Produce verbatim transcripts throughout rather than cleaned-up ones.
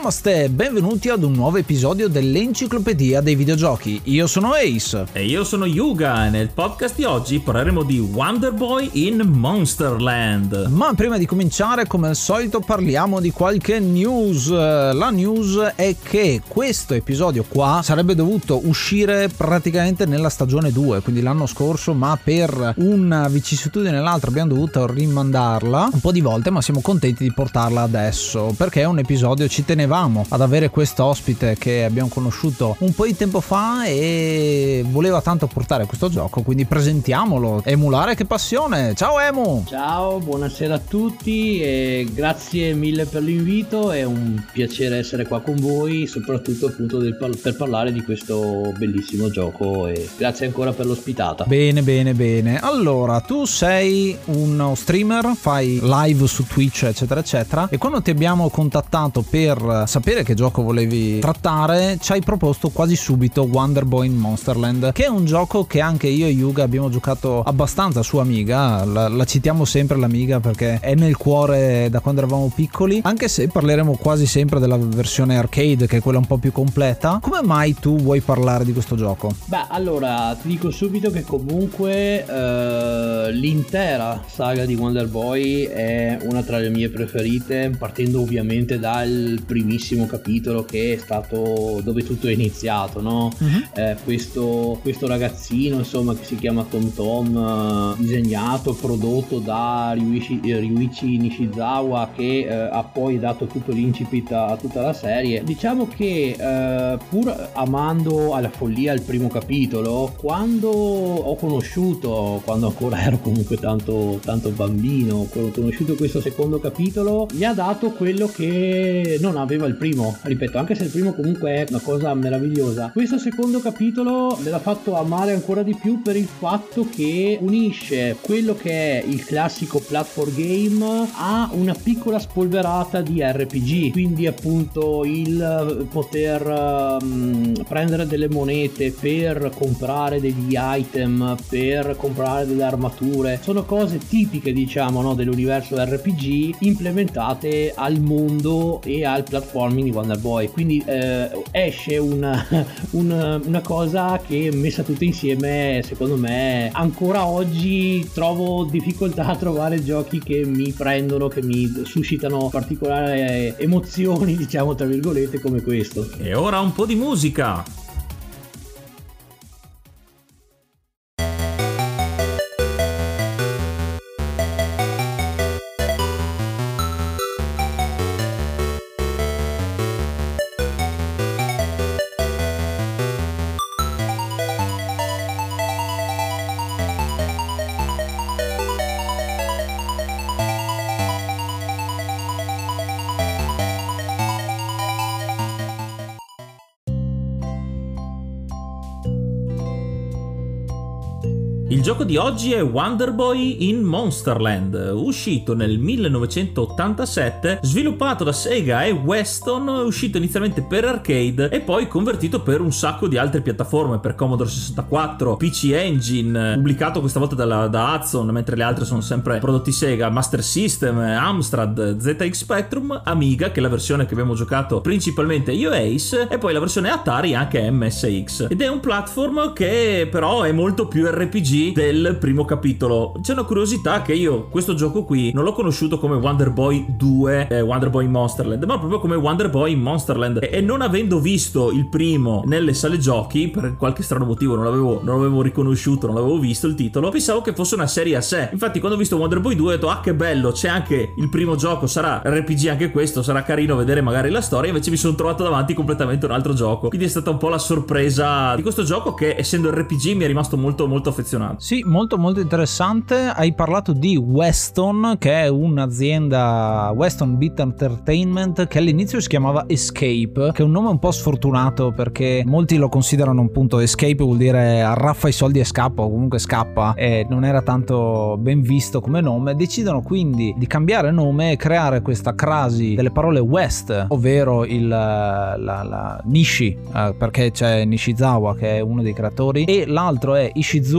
Namaste, benvenuti ad un nuovo episodio dell'Enciclopedia dei Videogiochi. Io sono Ace. E io sono Yuga e nel podcast di oggi parleremo di Wonder Boy in Monsterland. Ma prima di cominciare, come al solito, parliamo di qualche news. La news è che questo episodio qua sarebbe dovuto uscire praticamente nella stagione due, quindi l'anno scorso, ma per una vicissitudine o l'altra abbiamo dovuto rimandarla un po' di volte, ma siamo contenti di portarla adesso perché è un episodio, ci tenevamo ad avere questo ospite che abbiamo conosciuto un po' di tempo fa e voleva tanto portare questo gioco, quindi presentiamolo. Emulare, che passione! Ciao Emu! Ciao, buonasera a tutti e grazie mille per l'invito, è un piacere essere qua con voi, soprattutto appunto del par- per parlare di questo bellissimo gioco e grazie ancora per l'ospitata. Bene, bene, bene. Allora, tu sei uno streamer, fai live su Twitch eccetera eccetera, e quando ti abbiamo contattato per sapere che gioco volevi trattare ci hai proposto quasi subito Wonder Boy in Monsterland, che è un gioco che anche io e Yuga abbiamo giocato abbastanza su Amiga. La, la citiamo sempre l'Amiga perché è nel cuore da quando eravamo piccoli, anche se parleremo quasi sempre della versione arcade, che è quella un po' più completa. Come mai tu vuoi parlare di questo gioco? Beh, allora ti dico subito che comunque eh, l'intera saga di Wonder Boy è una tra le mie preferite, partendo ovviamente dal primissimo capitolo che è stato dove tutto è iniziato, no? Uh-huh. Eh, questo, questo ragazzino, insomma, che si chiama Tom Tom, eh, disegnato, prodotto da Ryuichi, eh, Ryuichi Nishizawa, che eh, ha poi dato tutto l'incipit a tutta la serie. Diciamo che eh, pur amando alla follia il primo capitolo, quando ho conosciuto, quando ancora ero comunque tanto, tanto bambino, quando ho conosciuto questo secondo capitolo, mi ha dato quello che non aveva il primo. Ripeto, anche se il primo comunque è una cosa meravigliosa, questo secondo capitolo me l'ha fatto amare ancora di più per il fatto che unisce quello che è il classico platform game a una piccola spolverata di R P G, quindi appunto il poter um, prendere delle monete per comprare degli item, per comprare delle armature, sono cose tipiche, diciamo, no, dell'universo R P G implementate al mondo e al platforming di Wonder Boy. Quindi eh, esce una, una, una cosa che, messa tutte insieme, secondo me ancora oggi trovo difficoltà a trovare giochi che mi prendono, che mi suscitano particolari emozioni, diciamo tra virgolette, come questo. E ora un po' di musica. Il gioco di oggi è Wonder Boy in Monsterland, uscito nel millenovecentottantasette, sviluppato da Sega e Weston, uscito inizialmente per arcade e poi convertito per un sacco di altre piattaforme, per Commodore sessantaquattro, P C Engine, pubblicato questa volta dalla, da Hudson, mentre le altre sono sempre prodotti Sega, Master System, Amstrad, Z X Spectrum, Amiga, che è la versione che abbiamo giocato principalmente io e Ace, e poi la versione Atari anche M S X. Ed è un platform che però è molto più R P G del primo capitolo. C'è una curiosità, che io questo gioco qui non l'ho conosciuto come Wonder Boy due, eh, Wonder Boy in Monsterland, ma proprio come Wonder Boy in Monsterland, e, e non avendo visto il primo nelle sale giochi, per qualche strano motivo non l'avevo, non l'avevo riconosciuto, non l'avevo visto il titolo, pensavo che fosse una serie a sé. Infatti quando ho visto Wonder Boy due ho detto: ah, che bello, c'è anche il primo gioco, sarà R P G anche questo, sarà carino vedere magari la storia. Invece mi sono trovato davanti completamente un altro gioco, quindi è stata un po' la sorpresa di questo gioco, che essendo R P G mi è rimasto molto molto affezionato. Sì, molto molto interessante. Hai parlato di Weston, che è un'azienda, Weston Beat Entertainment, che all'inizio si chiamava Escape, che è un nome un po' sfortunato perché molti lo considerano appunto Escape, vuol dire arraffa i soldi e scappa, o comunque scappa, e non era tanto ben visto come nome. Decidono quindi di cambiare nome e creare questa crasi delle parole West, ovvero il la, la Nishi, eh, perché c'è Nishizawa che è uno dei creatori e l'altro è Ishizuka,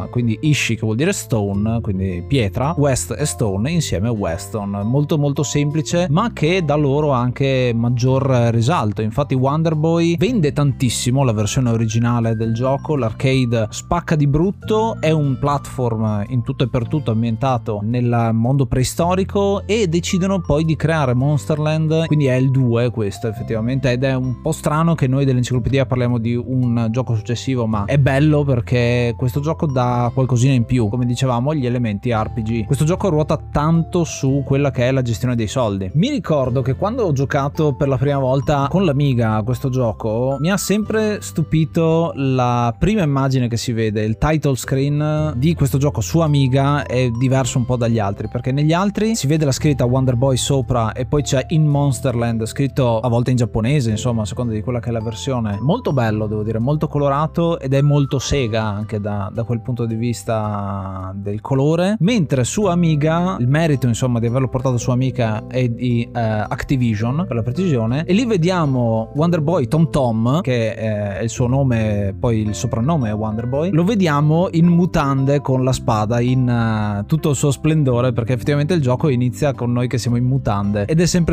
quindi Ishi che vuol dire stone, quindi pietra, West e stone insieme Weston. Molto molto semplice, ma che dà loro anche maggior risalto. Infatti Wonder Boy vende tantissimo la versione originale del gioco, l'arcade spacca di brutto, è un platform in tutto e per tutto ambientato nel mondo preistorico, e decidono poi di creare Monsterland, quindi è il due questo effettivamente, ed è un po' strano che noi dell'enciclopedia parliamo di un gioco successivo, ma è bello perché questo gioco dà qualcosina in più, come dicevamo, gli elementi R P G. Questo gioco ruota tanto su quella che è la gestione dei soldi. Mi ricordo che quando ho giocato per la prima volta con l'Amiga a questo gioco mi ha sempre stupito la prima immagine che si vede, il title screen di questo gioco su Amiga è diverso un po' dagli altri, perché negli altri si vede la scritta Wonder Boy sopra e poi c'è In Monsterland scritto a volte in giapponese, insomma a seconda di quella che è la versione. Molto bello, devo dire, molto colorato, ed è molto Sega anche da, da quel punto di vista del colore, mentre su Amiga il merito insomma di averlo portato su Amiga è di uh, Activision per la precisione, e lì vediamo Wonder Boy Tom Tom, che è il suo nome, poi il soprannome è Wonder Boy, lo vediamo in mutande con la spada in uh, tutto il suo splendore, perché effettivamente il gioco inizia con noi che siamo in mutande, ed è sempre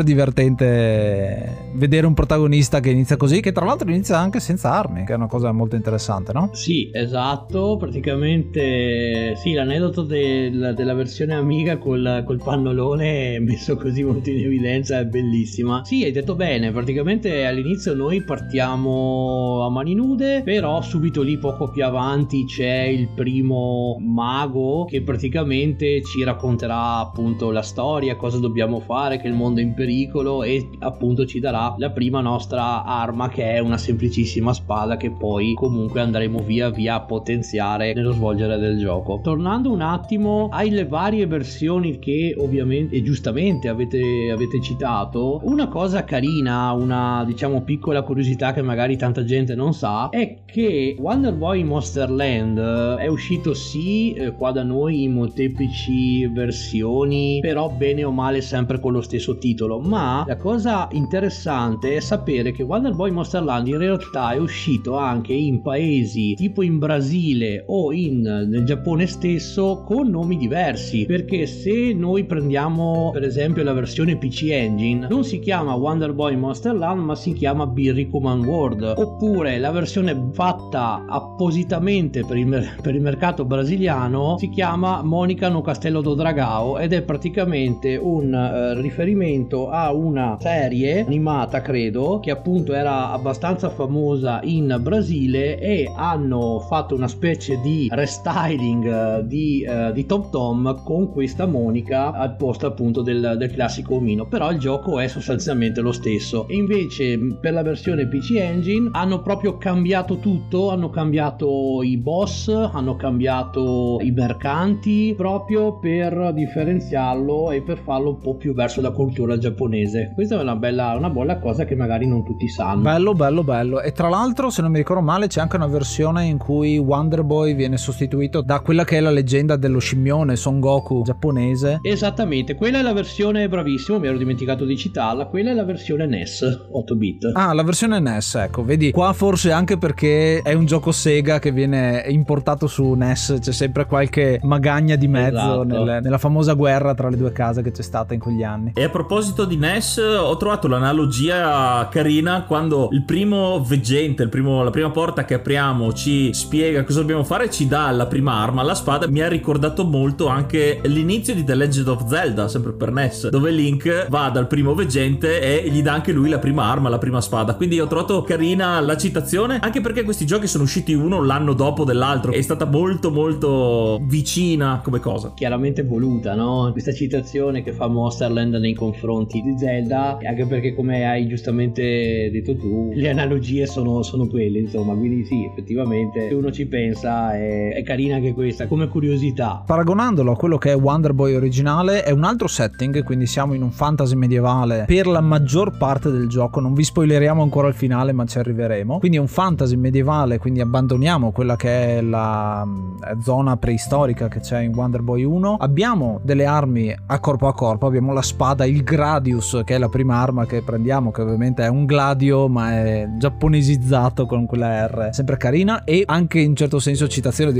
divertente vedere un protagonista che inizia così, che tra l'altro inizia anche senza armi, che è una cosa molto interessante, no? Sì, esatto, praticamente sì, l'aneddoto del, della versione Amiga col, col pannolone messo così molto in evidenza è bellissima. Sì, hai detto bene, praticamente all'inizio noi partiamo a mani nude, però subito lì poco più avanti c'è il primo mago che praticamente ci racconterà appunto la storia, cosa dobbiamo fare, che il mondo è in pericolo, e appunto ci darà la prima nostra arma, che è una semplicissima spada che poi comunque andremo via via a potenziare nello svolgere del gioco. Tornando un attimo alle varie versioni che ovviamente e giustamente avete, avete citato, una cosa carina, una diciamo piccola curiosità che magari tanta gente non sa, è che Wonder Boy Monsterland è uscito sì eh, qua da noi in molteplici versioni, però bene o male sempre con lo stesso titolo, ma la cosa interessante è sapere che Wonder Boy Monsterland in realtà è uscito anche in paesi tipo in Brasile o in, nel Giappone stesso con nomi diversi, perché se noi prendiamo per esempio la versione P C Engine non si chiama Wonder Boy Monsterland ma si chiama Birikuman World, oppure la versione fatta appositamente per il, per il mercato brasiliano si chiama Monica no Castello do Dragao, ed è praticamente un uh, riferimento a una serie animata, credo, che appunto era abbastanza famosa in Brasile, e hanno fatto una specie di restyling uh, di, uh, di Tom Tom con questa Monica al posto appunto del, del classico omino, però il gioco è sostanzialmente lo stesso. E invece per la versione P C Engine hanno proprio cambiato tutto, hanno cambiato i boss, hanno cambiato i mercanti, proprio per differenziarlo e per farlo un po' più verso la cultura giapponese. Questa è una bella, una bella cosa che magari non tutti sanno. Bello bello bello. E tra l'altro, se non mi ricordo male, c'è anche una versione in cui Wonder Boy viene sostituito da quella che è la leggenda dello scimmione Son Goku giapponese. Esattamente, quella è la versione, bravissimo, mi ero dimenticato di citarla, quella è la versione N E S otto bit. Ah, la versione N E S, ecco, vedi, qua forse anche perché è un gioco Sega che viene importato su N E S, c'è sempre qualche magagna di mezzo, esatto, nel, nella famosa guerra tra le due case che c'è stata in quegli anni. E a proposito di N E S, ho trovato l'analogia carina quando il primo veggente, il primo, la prima porta che apriamo ci spiega cosa dobbiamo fare, ci dà la prima arma, la spada. Mi ha ricordato molto anche l'inizio di The Legend of Zelda, sempre per N E S, dove Link va dal primo veggente e gli dà anche lui la prima arma, la prima spada. Quindi ho trovato carina la citazione, anche perché questi giochi sono usciti uno l'anno dopo dell'altro, è stata molto molto vicina come cosa. Chiaramente voluta, no? Questa citazione che fa Monsterland nei confronti di Zelda, anche perché, come hai giustamente detto tu, le analogie sono, sono quelle, insomma. Quindi sì, effettivamente se uno ci pensa è, è carina anche questa come curiosità. Paragonandolo a quello che è Wonder Boy originale, è un altro setting, quindi siamo in un fantasy medievale per la maggior parte del gioco, non vi spoileriamo ancora il finale ma ci arriveremo. Quindi è un fantasy medievale, quindi abbandoniamo quella che è la zona preistorica che c'è in Wonder Boy uno. Abbiamo delle armi a corpo a corpo, abbiamo la spada, il Gradius, che è la prima arma che prendiamo, che ovviamente è un gladio ma è giapponesizzato con quella R, sempre carina, e anche in certo senso citazione di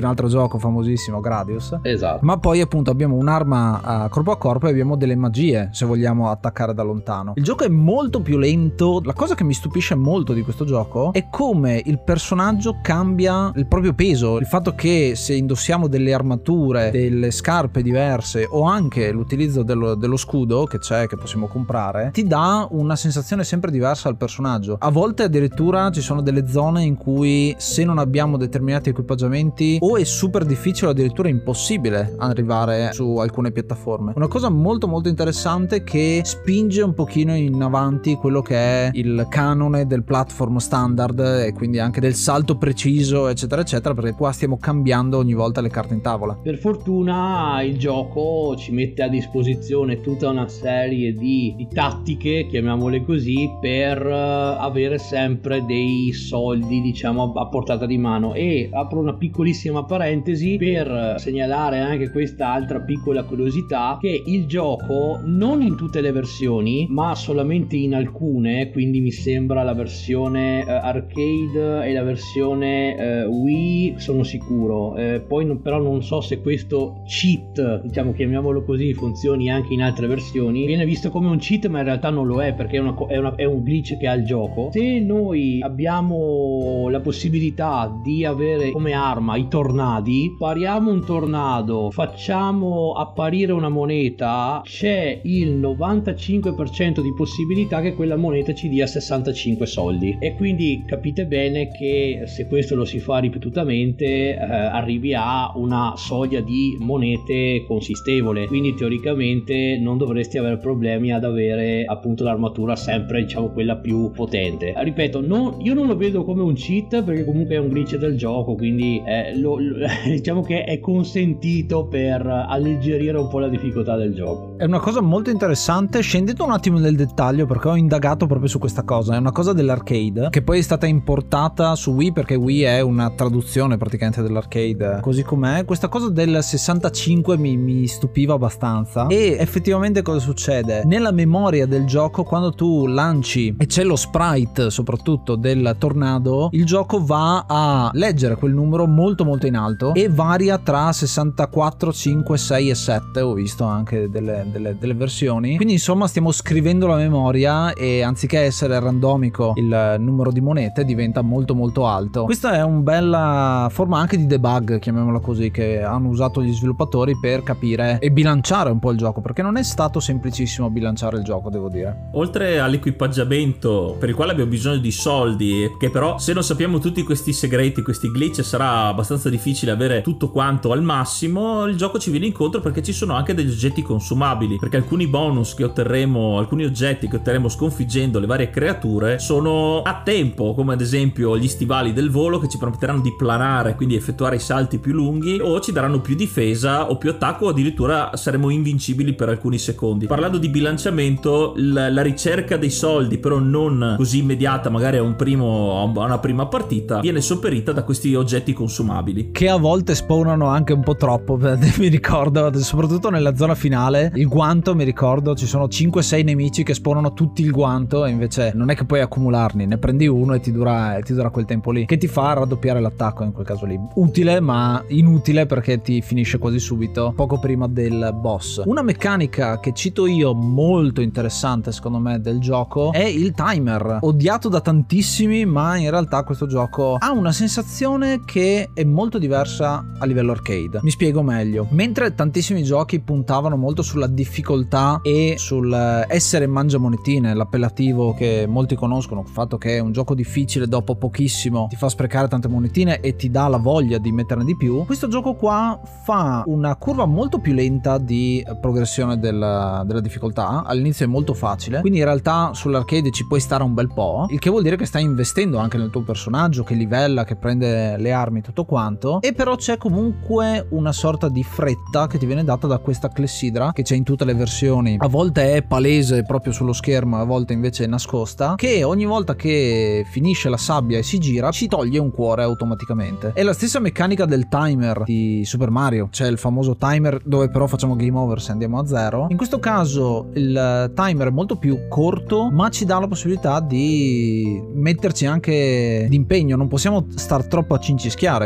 altro gioco famosissimo, Gradius. Esatto. Ma poi appunto abbiamo un'arma a corpo a corpo e abbiamo delle magie se vogliamo attaccare da lontano. Il gioco è molto più lento. La cosa che mi stupisce molto di questo gioco è come il personaggio cambia il proprio peso. Il fatto che se indossiamo delle armature, delle scarpe diverse o anche l'utilizzo dello, dello scudo che c'è, che possiamo comprare, ti dà una sensazione sempre diversa al personaggio. A volte addirittura ci sono delle zone in cui se non abbiamo determinati equipaggiamenti o è super difficile o addirittura impossibile arrivare su alcune piattaforme. Una cosa molto molto interessante che spinge un pochino in avanti quello che è il canone del platform standard e quindi anche del salto preciso eccetera eccetera, perché qua stiamo cambiando ogni volta le carte in tavola. Per fortuna il gioco ci mette a disposizione tutta una serie di, di tattiche, chiamiamole così, per uh, avere sempre dei soldi diciamo a portata di mano. E apro una piccolissima parentesi per segnalare anche questa altra piccola curiosità, che il gioco non in tutte le versioni ma solamente in alcune, quindi mi sembra la versione uh, arcade e la versione uh, Wii sono sicuro, eh, poi non, però non so se questo cheat, diciamo chiamiamolo così, funzioni anche in altre versioni. Viene visto come un cheat ma in realtà non lo è, perché è, una, è, una, è un glitch che ha il gioco. Se noi abbiamo la possibilità di avere come arma i tornadi, pariamo un tornado, facciamo apparire una moneta, c'è il novantacinque per cento di possibilità che quella moneta ci dia sessantacinque soldi. E quindi capite bene che se questo lo si fa ripetutamente eh, arrivi a una soglia di monete consistevole, quindi teoricamente non dovresti avere problemi ad avere appunto l'armatura sempre diciamo quella più potente. Ripeto, no, io non lo vedo come un cheat perché comunque è un glitch del gioco, quindi eh, lo, lo, diciamo che è consentito per alleggerire un po' la difficoltà del gioco. È una cosa molto interessante. Scendete un attimo nel dettaglio perché ho indagato proprio su questa cosa. È una cosa dell'arcade che poi è stata importata su Wii, perché Wii è una traduzione praticamente dell'arcade così com'è. Questa cosa del sessantacinque mi, mi stupiva abbastanza. E effettivamente cosa succede? Nella memoria del gioco, quando tu lanci e c'è lo sprite soprattutto del tornado, il gioco va a leggere quel numero molto molto in alto e varia tra sessantaquattro, cinque, sei e sette. Ho visto anche delle, delle, delle versioni. Quindi insomma stiamo scrivendo la memoria e anziché essere randomico il numero di monete diventa molto molto alto. Questa è una bella forma anche di debug, chiamiamola così, che hanno usato gli sviluppatori per capire e bilanciare un po' il gioco, perché non è stato semplicissimo bilanciare il gioco, devo dire. Oltre all'equipaggiamento per il quale abbiamo bisogno di soldi, che però se non sappiamo tutti questi segreti, questi glitch, sarà abbastanza difficile avere tutto quanto al massimo, il gioco ci viene incontro perché ci sono anche degli oggetti consumabili, perché alcuni bonus che otterremo, alcuni oggetti che otterremo sconfiggendo le varie creature sono a tempo, come ad esempio gli stivali del volo che ci permetteranno di planare, quindi effettuare i salti più lunghi, o ci daranno più difesa o più attacco, o addirittura saremo invincibili per alcuni secondi. Parlando di bilanciamento, la, la ricerca dei soldi, però non così immediata, magari a un primo a una prima partita, viene sopperita da questi oggetti consumabili che a volte spawnano anche un po' troppo. Mi ricordo soprattutto nella zona finale il guanto, mi ricordo ci sono cinque sei nemici che spawnano tutti il guanto e invece non è che puoi accumularli, ne prendi uno e ti dura, ti dura quel tempo lì, che ti fa raddoppiare l'attacco in quel caso lì. Utile ma inutile perché ti finisce quasi subito poco prima del boss. Una meccanica che cito io molto interessante secondo me del gioco è il timer, odiato da tantissimi, ma in realtà questo gioco ha una sensazione che è molto diversa a livello arcade. Mi spiego meglio. Mentre tantissimi giochi puntavano molto sulla difficoltà e sul essere mangiamonetine, l'appellativo che molti conoscono, il fatto che è un gioco difficile, dopo pochissimo ti fa sprecare tante monetine e ti dà la voglia di metterne di più, questo gioco qua fa una curva molto più lenta di progressione della, della difficoltà. All'inizio è molto facile, quindi in realtà sull'arcade ci puoi stare un bel po', il che vuol dire che stai investendo anche nel tuo personaggio, che livella, che prende le armi, tutto quanto. E però c'è comunque una sorta di fretta che ti viene data da questa clessidra che c'è in tutte le versioni. A volte è palese proprio sullo schermo, a volte invece è nascosta, che ogni volta che finisce la sabbia e si gira ci toglie un cuore automaticamente. È la stessa meccanica del timer di Super Mario, c'è il famoso timer dove però facciamo game over se andiamo a zero. In questo caso il timer è molto più corto, ma ci dà la possibilità di metterci anche d'impegno, non possiamo star troppo a cincischiare, cosa che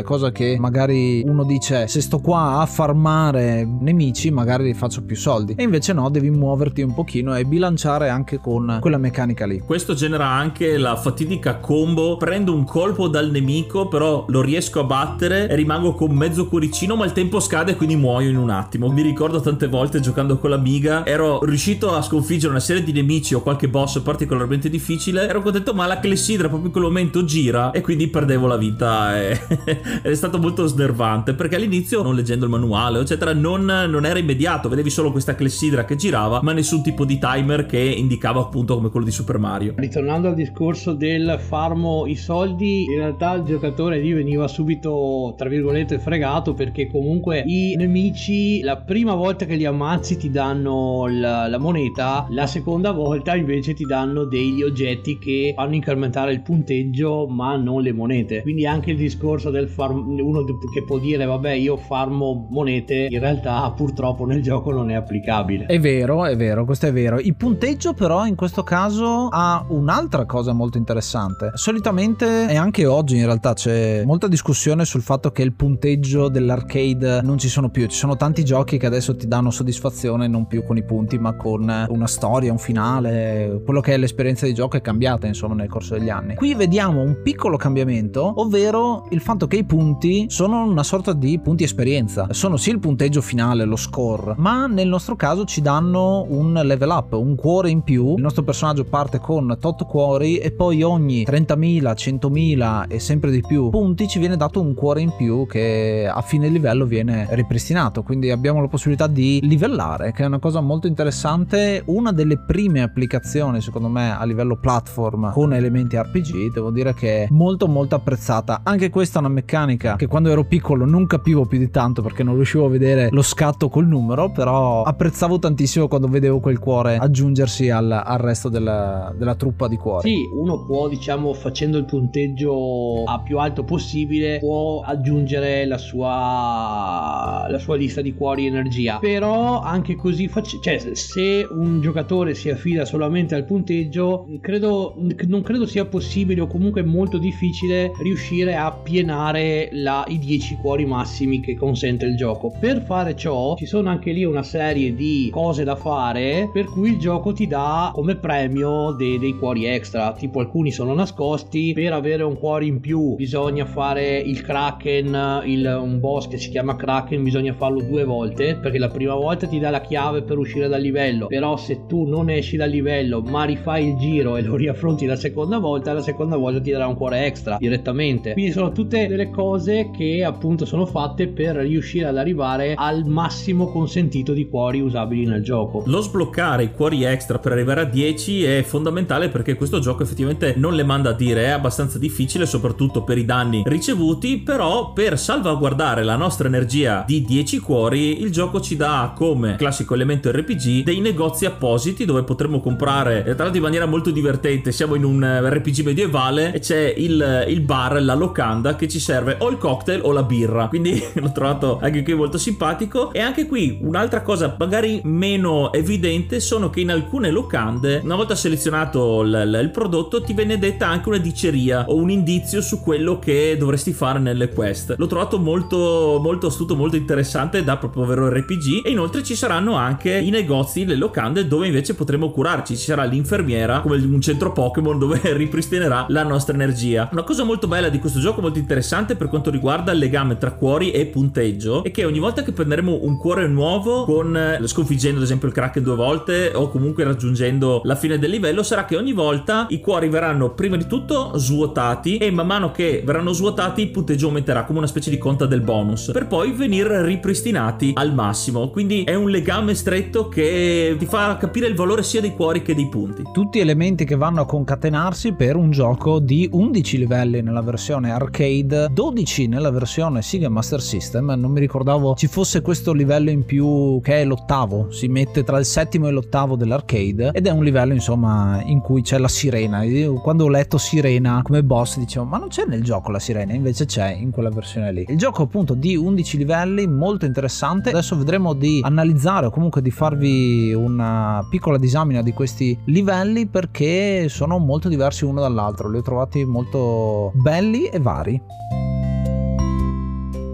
che magari uno dice se sto qua a farmare nemici magari li faccio più soldi, e invece no, devi muoverti un pochino e bilanciare anche con quella meccanica lì. Questo genera anche la fatidica combo: prendo un colpo dal nemico però lo riesco a battere e rimango con mezzo cuoricino, ma il tempo scade, quindi muoio in un attimo. Mi ricordo tante volte giocando con l'Amiga ero riuscito a sconfiggere una serie di nemici o qualche boss particolarmente difficile, ero contento, ma la clessidra proprio in quel momento gira e quindi perdevo la vita e è stato molto snervante, perché all'inizio, non leggendo il manuale eccetera, non, non era immediato, vedevi solo questa clessidra che girava ma nessun tipo di timer che indicava appunto come quello di Super Mario. Ritornando al discorso del farmo i soldi, in realtà il giocatore lì veniva subito tra virgolette fregato, perché comunque i nemici la prima volta che li ammazzi ti danno la, la moneta, la seconda volta invece ti danno degli oggetti che fanno incrementare il punteggio ma non le monete. Quindi anche il discorso del farm, uno che può dire vabbè io farmo monete, in realtà purtroppo nel gioco non è applicabile. È vero, è vero, questo è vero. Il punteggio però in questo caso ha un'altra cosa molto interessante. Solitamente, e anche oggi in realtà, c'è molta discussione sul fatto che il punteggio dell'arcade non ci sono più. Ci sono tanti giochi che adesso ti danno soddisfazione non più con i punti ma con una storia, un finale. Quello che è l'esperienza di gioco è cambiata insomma nel corso degli anni. Qui vediamo un piccolo cambiamento, ovvero il fatto che i punti sono una sorta di punti esperienza. Sono sì il punteggio finale, lo score, ma nel nostro caso ci danno un level up, un cuore in più. Il nostro personaggio parte con tot cuori e poi ogni trentamila, centomila e sempre di più punti ci viene dato un cuore in più che a fine livello viene ripristinato, quindi abbiamo la possibilità di livellare, che è una cosa molto interessante, una delle prime applicazioni secondo me a livello platform con elementi R P G. Devo dire che è molto molto apprezzata. Anche questa è una meccanica che quando ero piccolo non capivo più di tanto perché non riuscivo a vedere lo scatto col numero, però apprezzavo tantissimo quando vedevo quel cuore aggiungersi al, al resto della, della truppa di cuori. Sì, uno può, diciamo, facendo il punteggio a più alto possibile, può aggiungere la sua la sua lista di cuori e energia, però anche così face- cioè se un giocatore si affida solamente al punteggio, credo non credo sia possibile, o comunque molto difficile, riuscire a pienare la, i dieci cuori massimi che consente il gioco. Per fare ciò ci sono anche lì una serie di cose da fare, per cui il gioco ti dà come premio dei, dei cuori extra, tipo alcuni sono nascosti. Per avere un cuore in più bisogna fare il Kraken, il, un boss che si chiama Kraken, bisogna farlo due volte, perché la prima volta ti dà la chiave per uscire dal livello, però se tu non esci dal livello ma rifai il giro e lo riaffronti la seconda volta, la seconda volta ti darà un cuore extra direttamente. Quindi sono tutte delle cose che appunto sono fatte per riuscire ad arrivare al massimo consentito di cuori usabili nel gioco. Lo sbloccare i cuori extra per arrivare a dieci è fondamentale, perché questo gioco effettivamente non le manda a dire, è abbastanza difficile soprattutto per i danni ricevuti, però per salvaguardare la nostra energia di dieci cuori il gioco ci dà come classico elemento R P G dei negozi appositi dove potremo comprare, tra l'altro in maniera molto divertente, siamo in un R P G medievale e c'è il, il bar, la locanda che ci serve o il cocktail o la birra, quindi l'ho trovato anche qui molto simpatico. E anche qui un'altra cosa magari meno evidente sono che in alcune locande, una volta selezionato il, il prodotto, ti viene detta anche una diceria o un indizio su quello che dovresti fare nelle quest. L'ho trovato molto molto astuto, molto interessante, da proprio vero R P G. E inoltre ci saranno anche i negozi, le locande dove invece potremo curarci, ci sarà l'infermiera come un centro Pokémon dove ripristinerà la nostra energia. Una cosa molto bella di questo gioco, molto interessante per quanto riguarda il legame tra cuori e punteggio, è che ogni volta che prenderemo un cuore nuovo, con sconfiggendo ad esempio il Kraken due volte o comunque raggiungendo la fine del livello, sarà che ogni volta i cuori verranno prima di tutto svuotati e man mano che verranno svuotati il punteggio aumenterà come una specie di conta del bonus, per poi venire ripristinati al massimo. Quindi è un legame stretto che ti fa capire il valore sia dei cuori che dei punti. Tutti elementi che vanno a concatenarsi per un gioco di undici livelli nella versione arcade, dodici nella versione Sega Master System. Non mi ricordavo ci fosse questo livello in più che è l'ottavo, si mette tra il settimo e l'ottavo dell'arcade ed è un livello insomma in cui c'è la sirena. Io, quando ho letto sirena come boss, dicevo ma non c'è nel gioco la sirena, invece c'è in quella versione lì. Il gioco appunto di undici livelli, molto interessante. Adesso vedremo di analizzare o comunque di farvi una piccola disamina di questi livelli, perché sono molto diversi uno dall'altro, li ho trovati molto belli e vari.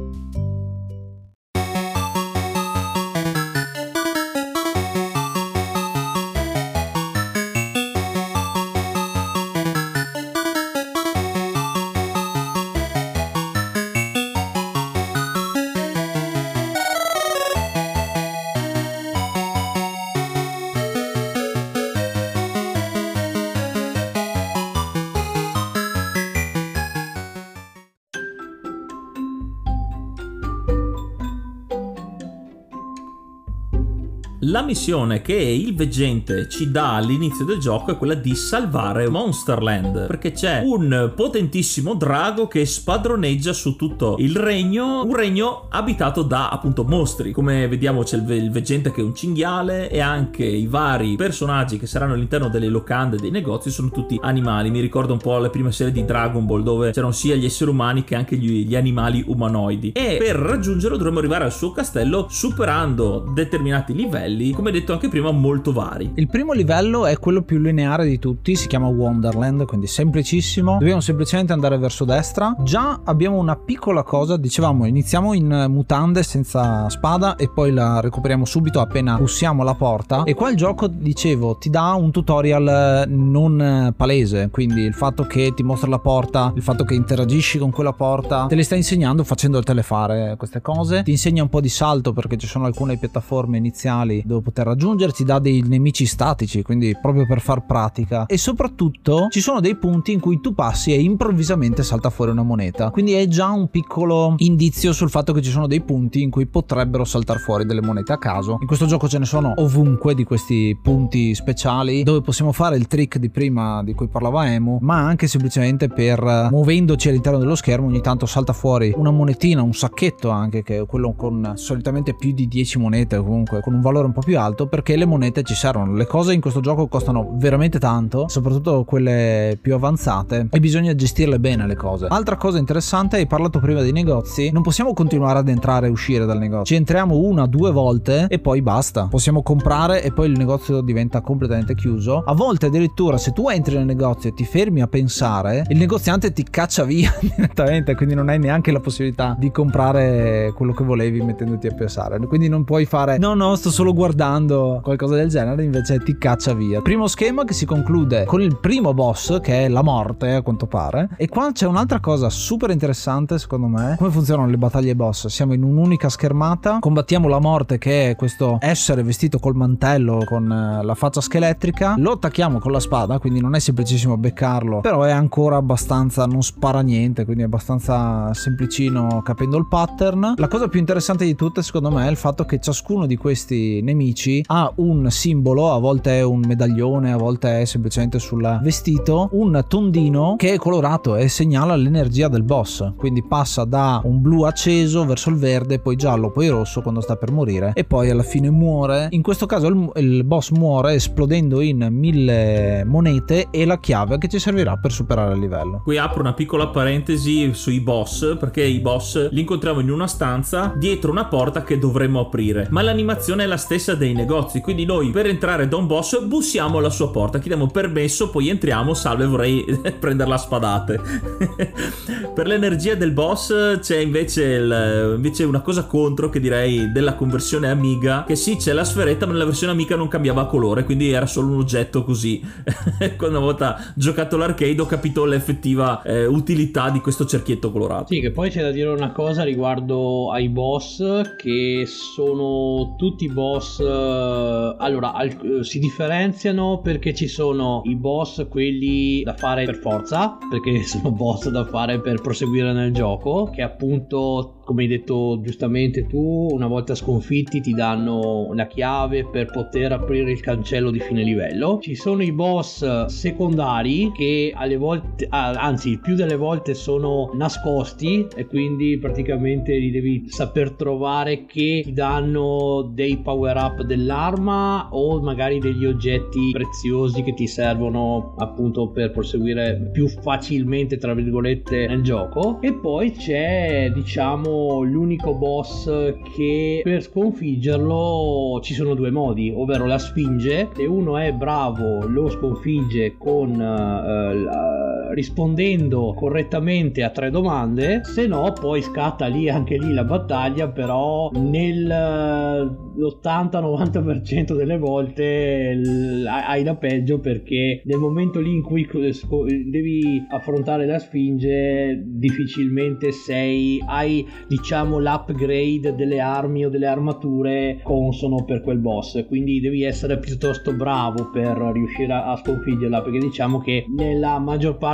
La missione che il veggente ci dà all'inizio del gioco è quella di salvare Monsterland, perché c'è un potentissimo drago che spadroneggia su tutto il regno, un regno abitato da appunto mostri. Come vediamo c'è il, il veggente che è un cinghiale, e anche i vari personaggi che saranno all'interno delle locande dei negozi sono tutti animali. Mi ricorda un po' le prime serie di Dragon Ball, dove c'erano sia gli esseri umani che anche gli, gli animali umanoidi, e per raggiungerlo dovremo arrivare al suo castello superando determinati livelli, come detto anche prima, molto vari. Il primo livello è quello più lineare di tutti, si chiama Wonderland, quindi semplicissimo. Dobbiamo semplicemente andare verso destra. Già abbiamo una piccola cosa, dicevamo iniziamo in mutande senza spada e poi la recuperiamo subito appena bussiamo la porta, e qua il gioco, dicevo, ti dà un tutorial non palese, quindi il fatto che ti mostra la porta, il fatto che interagisci con quella porta, te le sta insegnando facendotele fare queste cose. Ti insegna un po' di salto perché ci sono alcune piattaforme iniziali dove poter raggiungere, ti dà dei nemici statici, quindi proprio per far pratica, e soprattutto ci sono dei punti in cui tu passi e improvvisamente salta fuori una moneta, quindi è già un piccolo indizio sul fatto che ci sono dei punti in cui potrebbero saltare fuori delle monete a caso. In questo gioco ce ne sono ovunque di questi punti speciali dove possiamo fare il trick di prima di cui parlava Emu, ma anche semplicemente per muovendoci all'interno dello schermo ogni tanto salta fuori una monetina, un sacchetto anche, che è quello con solitamente più di dieci monete, comunque con un valore un po' più alto, perché le monete ci servono. Le cose in questo gioco costano veramente tanto, soprattutto quelle più avanzate, e bisogna gestirle bene le cose. Altra cosa interessante, hai parlato prima dei negozi, non possiamo continuare ad entrare e uscire dal negozio, ci entriamo una due volte e poi basta. Possiamo comprare e poi il negozio diventa completamente chiuso. A volte addirittura se tu entri nel negozio e ti fermi a pensare, il negoziante ti caccia via direttamente, quindi non hai neanche la possibilità di comprare quello che volevi mettendoti a pensare, quindi non puoi fare no no sto solo guardando, qualcosa del genere, invece ti caccia via. Primo schema che si conclude con il primo boss, che è la morte a quanto pare, e qua c'è un'altra cosa super interessante secondo me, come funzionano le battaglie boss. Siamo in un'unica schermata, combattiamo la morte, che è questo essere vestito col mantello con la faccia scheletrica, lo attacchiamo con la spada, quindi non è semplicissimo beccarlo, però è ancora abbastanza, non spara niente, quindi è abbastanza semplicino capendo il pattern. La cosa più interessante di tutte secondo me è il fatto che ciascuno di questi nemici ha un simbolo, a volte è un medaglione, a volte è semplicemente sul vestito, un tondino che è colorato e segnala l'energia del boss, quindi passa da un blu acceso verso il verde, poi giallo, poi rosso quando sta per morire, e poi alla fine muore. In questo caso il, il boss muore esplodendo in mille monete e la chiave che ci servirà per superare il livello. Qui apro una piccola parentesi sui boss, perché i boss li incontriamo in una stanza dietro una porta che dovremmo aprire, ma l'animazione è la stessa dei negozi, quindi noi per entrare da un boss bussiamo alla sua porta, chiediamo permesso, poi entriamo, salve vorrei prendere la spadate. Per l'energia del boss c'è invece, il, invece una cosa contro, che direi della conversione Amiga, che sì, c'è la sferetta ma nella versione Amiga non cambiava colore, quindi era solo un oggetto così. Quando una volta giocato l'arcade ho capito l'effettiva eh, utilità di questo cerchietto colorato. Sì, che poi c'è da dire una cosa riguardo ai boss, che sono tutti boss eh, allora al, si differenziano perché ci sono i boss quelli da fare per forza, perché sono boss da fare per proseguire nel gioco, che appunto, come hai detto giustamente tu, una volta sconfitti ti danno la chiave per poter aprire il cancello di fine livello. Ci sono i boss secondari che alle volte, anzi il più delle volte sono nascosti, e quindi praticamente li devi saper trovare, che ti danno dei power up dell'arma o magari degli oggetti preziosi che ti servono appunto per proseguire più facilmente tra virgolette nel gioco. E poi c'è, diciamo, l'unico boss che per sconfiggerlo ci sono due modi, ovvero la Sfinge. Se uno è bravo lo sconfigge con uh, rispondendo correttamente a tre domande, se no poi scatta lì anche lì la battaglia, però nell'ottanta novanta per cento delle volte l- hai la peggio, perché nel momento lì in cui devi affrontare la Sfinge difficilmente sei hai diciamo l'upgrade delle armi o delle armature consono per quel boss, quindi devi essere piuttosto bravo per riuscire a, a sconfiggerla, perché diciamo che nella maggior parte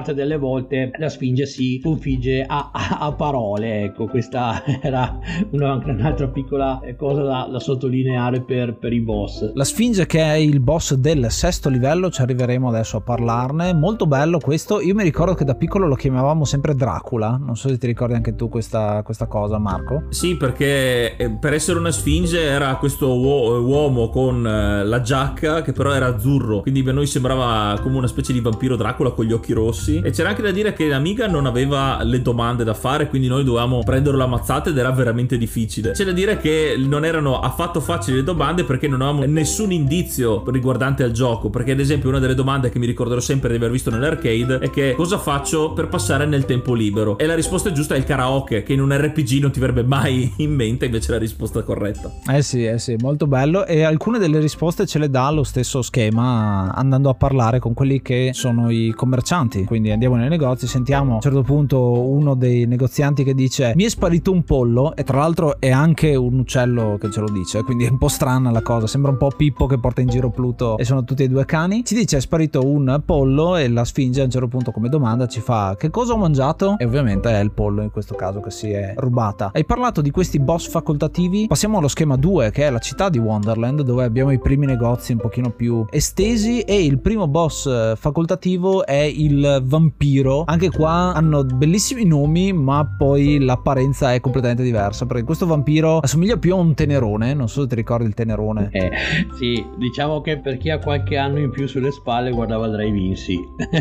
parte delle volte la Sfinge si sconfigge a, a, a parole. Ecco, questa era una, un'altra piccola cosa da, da sottolineare per, per i boss. La Sfinge, che è il boss del sesto livello, ci arriveremo adesso a parlarne. Molto bello questo. Io mi ricordo che da piccolo lo chiamavamo sempre Dracula, non so se ti ricordi anche tu questa, questa cosa, Marco. Sì, perché per essere una Sfinge era questo uo- uomo con la giacca che però era azzurro, quindi a noi sembrava come una specie di vampiro Dracula con gli occhi rossi. E c'era anche da dire che l'Amiga non aveva le domande da fare, quindi noi dovevamo prenderlo a mazzate ed era veramente difficile. C'è da dire che non erano affatto facili le domande perché non avevamo nessun indizio riguardante al gioco, perché ad esempio una delle domande che mi ricorderò sempre di aver visto nell'arcade è che cosa faccio per passare nel tempo libero, e la risposta giusta è il karaoke, che in un R P G non ti verrebbe mai in mente invece la risposta corretta. Eh sì, eh sì, molto bello. E alcune delle risposte ce le dà lo stesso schema andando a parlare con quelli che sono i commercianti. Quindi andiamo nei negozi, sentiamo a un certo punto uno dei negozianti che dice: mi è sparito un pollo, e tra l'altro è anche un uccello che ce lo dice, quindi è un po' strana la cosa, sembra un po' Pippo che porta in giro Pluto e sono tutti e due cani. Ci dice è sparito un pollo e la Sfinge a un certo punto come domanda ci fa: che cosa ho mangiato? E ovviamente è il pollo in questo caso che si è rubata. Hai parlato di questi boss facoltativi, passiamo allo schema due, che è la città di Wonderland, dove abbiamo i primi negozi un pochino più estesi, e il primo boss facoltativo è il vampiro. Anche qua hanno bellissimi nomi, ma poi l'apparenza è completamente diversa, perché questo vampiro assomiglia più a un tenerone, non so se ti ricordi il tenerone. Eh, sì, diciamo che per chi ha qualche anno in più sulle spalle guardava Drive-In, sì.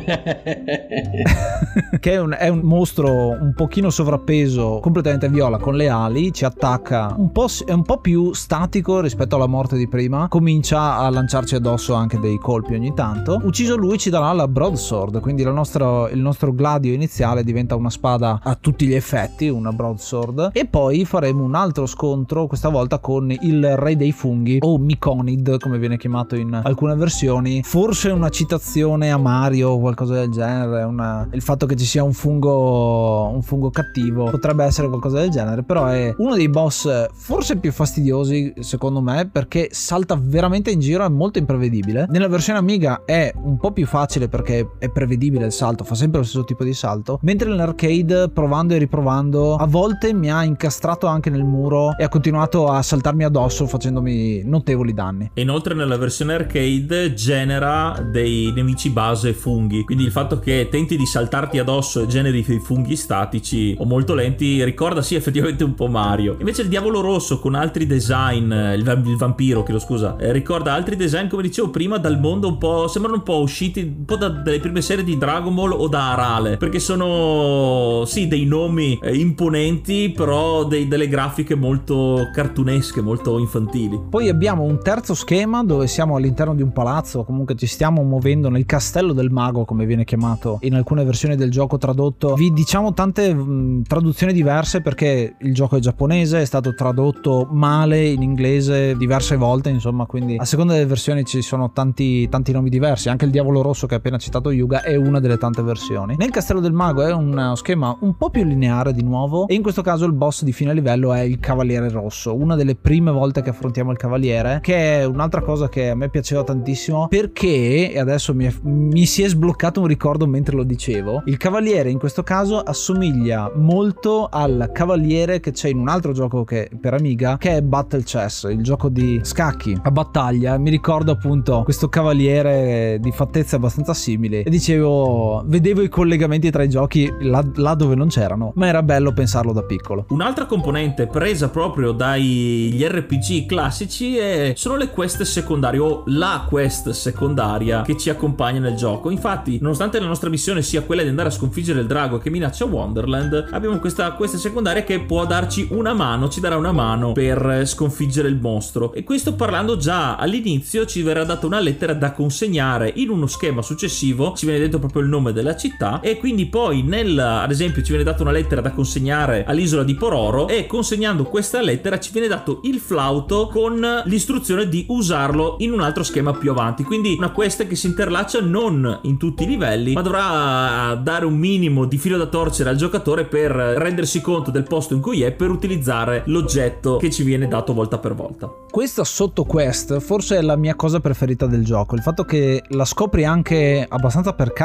Che è un, è un mostro un pochino sovrappeso, completamente viola, con le ali, ci attacca, un po', è un po' più statico rispetto alla morte di prima, comincia a lanciarci addosso anche dei colpi ogni tanto. Ucciso lui ci darà la broadsword, quindi la nostra, il nostro gladio iniziale diventa una spada a tutti gli effetti, una broadsword, e poi faremo un altro scontro, questa volta con il re dei funghi, o Myconid come viene chiamato in alcune versioni, forse una citazione a Mario o qualcosa del genere, una, il fatto che ci sia un fungo un fungo cattivo potrebbe essere qualcosa del genere, però è uno dei boss forse più fastidiosi secondo me, perché salta veramente in giro, è molto imprevedibile. Nella versione Amiga è un po' più facile perché è prevedibile il salto, fa sempre lo stesso tipo di salto, mentre nell'arcade, provando e riprovando, a volte mi ha incastrato anche nel muro e ha continuato a saltarmi addosso facendomi notevoli danni. E inoltre nella versione arcade genera dei nemici base funghi, quindi il fatto che tenti di saltarti addosso e generi dei funghi statici o molto lenti ricorda sì effettivamente un po' Mario. Invece il diavolo rosso con altri design, il, il vampiro chiedo scusa, eh, ricorda altri design come dicevo prima dal mondo un po', sembrano un po' usciti un po' da, dalle prime serie di Dragon Ball o da Arale, perché sono sì dei nomi eh, imponenti, però dei, delle grafiche molto cartunesche, molto infantili. Poi abbiamo un terzo schema dove siamo all'interno di un palazzo, comunque ci stiamo muovendo nel castello del mago come viene chiamato in alcune versioni del gioco tradotto. Vi diciamo tante mh, traduzioni diverse perché il gioco è giapponese, è stato tradotto male in inglese diverse volte, insomma, quindi a seconda delle versioni ci sono tanti tanti nomi diversi. Anche il diavolo rosso che ha appena citato Yuga è una delle tante versioni. Nel castello del mago è uno schema un po' più lineare di nuovo, e in questo caso il boss di fine livello è il cavaliere rosso, una delle prime volte che affrontiamo il cavaliere, che è un'altra cosa che a me piaceva tantissimo perché, e adesso mi, è, mi si è sbloccato un ricordo mentre lo dicevo, il cavaliere in questo caso assomiglia molto al cavaliere che c'è in un altro gioco che per Amiga, che è Battle Chess, il gioco di scacchi a battaglia. Mi ricordo appunto questo cavaliere di fattezze abbastanza simili e dicevo, vedevo i collegamenti tra i giochi là, là dove non c'erano, ma era bello pensarlo da piccolo. Un'altra componente presa proprio dagli R P G classici è, sono le quest secondarie, o la quest secondaria che ci accompagna nel gioco. Infatti, nonostante la nostra missione sia quella di andare a sconfiggere il drago che minaccia Wonderland, abbiamo questa quest secondaria che può darci una mano, ci darà una mano per sconfiggere il mostro. E questo, parlando già all'inizio, ci verrà data una lettera da consegnare in uno schema successivo, ci viene detto proprio il nome della città, e quindi poi nel, ad esempio, ci viene data una lettera da consegnare all'isola di Pororo, e consegnando questa lettera ci viene dato il flauto con l'istruzione di usarlo in un altro schema più avanti. Quindi una quest che si interlaccia non in tutti i livelli, ma dovrà dare un minimo di filo da torcere al giocatore per rendersi conto del posto in cui è, per utilizzare l'oggetto che ci viene dato volta per volta. Questa sotto quest forse è la mia cosa preferita del gioco, il fatto che la scopri anche abbastanza per caso, per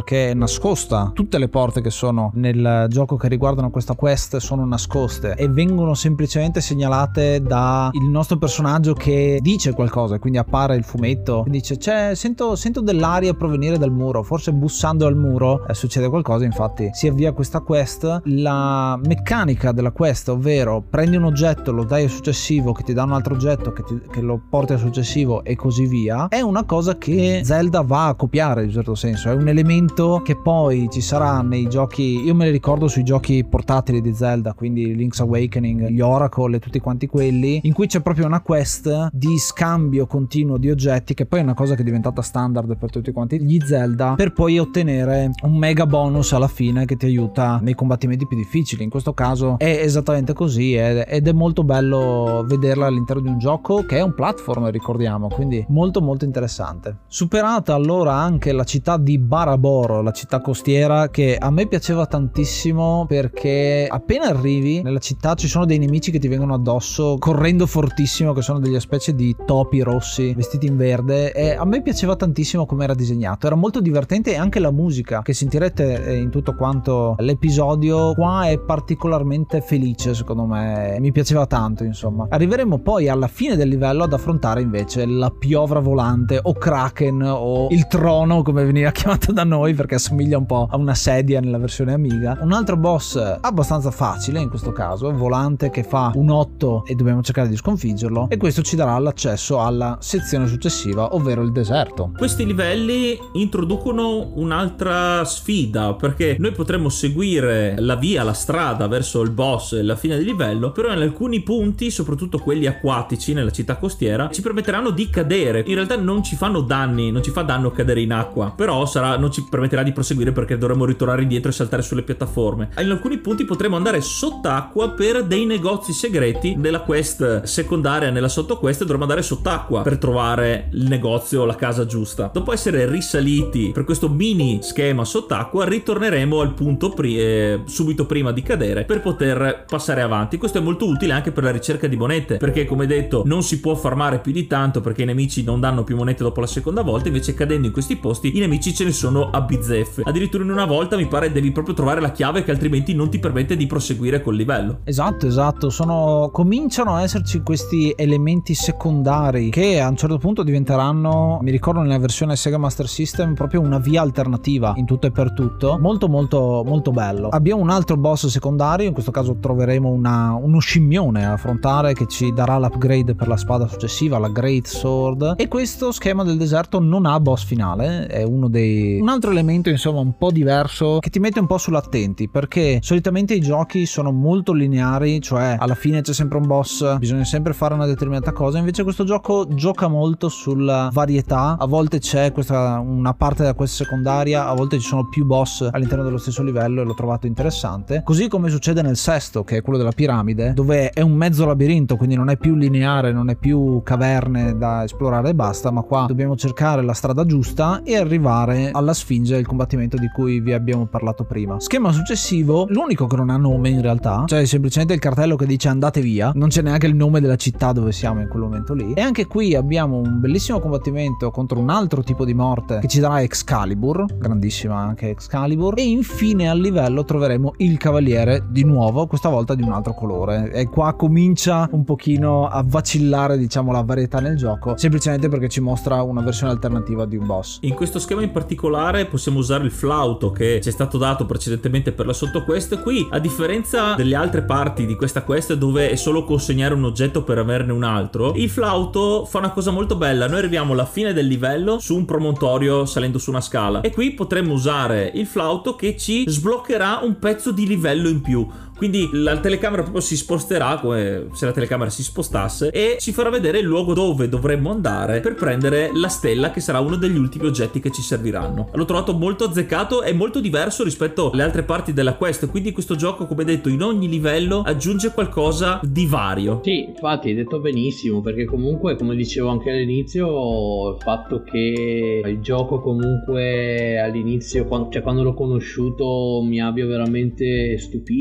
perché è nascosta. Tutte le porte che sono nel gioco che riguardano questa quest sono nascoste e vengono semplicemente segnalate da il nostro personaggio che dice qualcosa, quindi appare il fumetto, dice c'è, sento, sento dell'aria provenire dal muro, forse bussando al muro eh, succede qualcosa, infatti si avvia questa quest. La meccanica della quest, ovvero prendi un oggetto, lo dai al successivo, che ti dà un altro oggetto che, ti, che lo porti al successivo e così via, è una cosa che Zelda va a copiare in un certo senso, è un elemento che poi ci sarà nei giochi, io me li ricordo sui giochi portatili di Zelda, quindi Link's Awakening, gli Oracle e tutti quanti quelli, in cui c'è proprio una quest di scambio continuo di oggetti, che poi è una cosa che è diventata standard per tutti quanti gli Zelda, per poi ottenere un mega bonus alla fine che ti aiuta nei combattimenti più difficili. In questo caso è esattamente così ed è molto bello vederla all'interno di un gioco che è un platform, ricordiamo, quindi molto molto interessante. Superata allora anche la città di Baraboro, la città costiera, che a me piaceva tantissimo perché appena arrivi nella città ci sono dei nemici che ti vengono addosso correndo fortissimo, che sono delle specie di topi rossi vestiti in verde, e a me piaceva tantissimo come era disegnato, era molto divertente, e anche la musica che sentirete in tutto quanto l'episodio qua è particolarmente felice, secondo me mi piaceva tanto. Insomma, arriveremo poi alla fine del livello ad affrontare invece la piovra volante o Kraken o il trono come veniva chiamato da noi, perché assomiglia un po' a una sedia nella versione Amiga. Un altro boss abbastanza facile in questo caso, volante, che fa un otto e dobbiamo cercare di sconfiggerlo, e questo ci darà l'accesso alla sezione successiva, ovvero il deserto. Questi livelli introducono un'altra sfida, perché noi potremmo seguire la via, la strada verso il boss e la fine del livello, però in alcuni punti, soprattutto quelli acquatici nella città costiera, ci permetteranno di cadere. In realtà non ci fanno danni, non ci fa danno cadere in acqua, però sarà, non ci permetterà di proseguire perché dovremo ritornare indietro e saltare sulle piattaforme. In alcuni punti potremo andare sott'acqua per dei negozi segreti. Nella quest secondaria, nella sottoquest, dovremo andare sott'acqua per trovare il negozio o la casa giusta. Dopo essere risaliti per questo mini schema sott'acqua, ritorneremo al punto pri eh, subito prima di cadere per poter passare avanti. Questo è molto utile anche per la ricerca di monete, perché come detto non si può farmare più di tanto perché i nemici non danno più monete dopo la seconda volta, invece cadendo in questi posti i nemici ce ne sono a bizzeffe. Addirittura in una volta mi pare devi proprio trovare la chiave che altrimenti non ti permette di proseguire col livello. Esatto, esatto, sono cominciano a esserci questi elementi secondari che a un certo punto diventeranno, mi ricordo nella versione Sega Master System, proprio una via alternativa in tutto e per tutto, molto molto molto bello. Abbiamo un altro boss secondario, in questo caso troveremo una, uno scimmione a affrontare che ci darà l'upgrade per la spada successiva, la Great Sword, e questo schema del deserto non ha boss finale, è uno dei un altro elemento insomma un po' diverso che ti mette un po' sull'attenti, perché solitamente i giochi sono molto lineari, cioè alla fine c'è sempre un boss, bisogna sempre fare una determinata cosa, invece questo gioco gioca molto sulla varietà, a volte c'è questa una parte da questa secondaria, a volte ci sono più boss all'interno dello stesso livello, e l'ho trovato interessante, così come succede nel sesto, che è quello della piramide, dove è un mezzo labirinto, quindi non è più lineare, non è più caverne da esplorare e basta, ma qua dobbiamo cercare la strada giusta e arrivare alla Sfinge, il combattimento di cui vi abbiamo parlato prima. Schema successivo, l'unico che non ha nome in realtà, cioè semplicemente il cartello che dice andate via, non c'è neanche il nome della città dove siamo in quel momento lì, e anche qui abbiamo un bellissimo combattimento contro un altro tipo di morte che ci darà Excalibur, grandissima anche Excalibur, e infine al livello troveremo il cavaliere di nuovo, questa volta di un altro colore, e qua comincia un pochino a vacillare diciamo la varietà nel gioco, semplicemente perché ci mostra una versione alternativa di un boss. In questo schema in particolare possiamo usare il flauto che ci è stato dato precedentemente per la sottoquest. Qui, a differenza delle altre parti di questa quest dove è solo consegnare un oggetto per averne un altro, il flauto fa una cosa molto bella. Noi arriviamo alla fine del livello su un promontorio salendo su una scala, e qui potremmo usare il flauto che ci sbloccherà un pezzo di livello in più. Quindi la telecamera proprio si sposterà come se la telecamera si spostasse e ci farà vedere il luogo dove dovremmo andare per prendere la stella, che sarà uno degli ultimi oggetti che ci serviranno. L'ho trovato molto azzeccato e molto diverso rispetto alle altre parti della quest, quindi questo gioco, come detto, in ogni livello aggiunge qualcosa di vario. Sì, infatti hai detto benissimo, perché comunque, come dicevo anche all'inizio, il fatto che il gioco comunque all'inizio, cioè quando l'ho conosciuto, mi abbia veramente stupito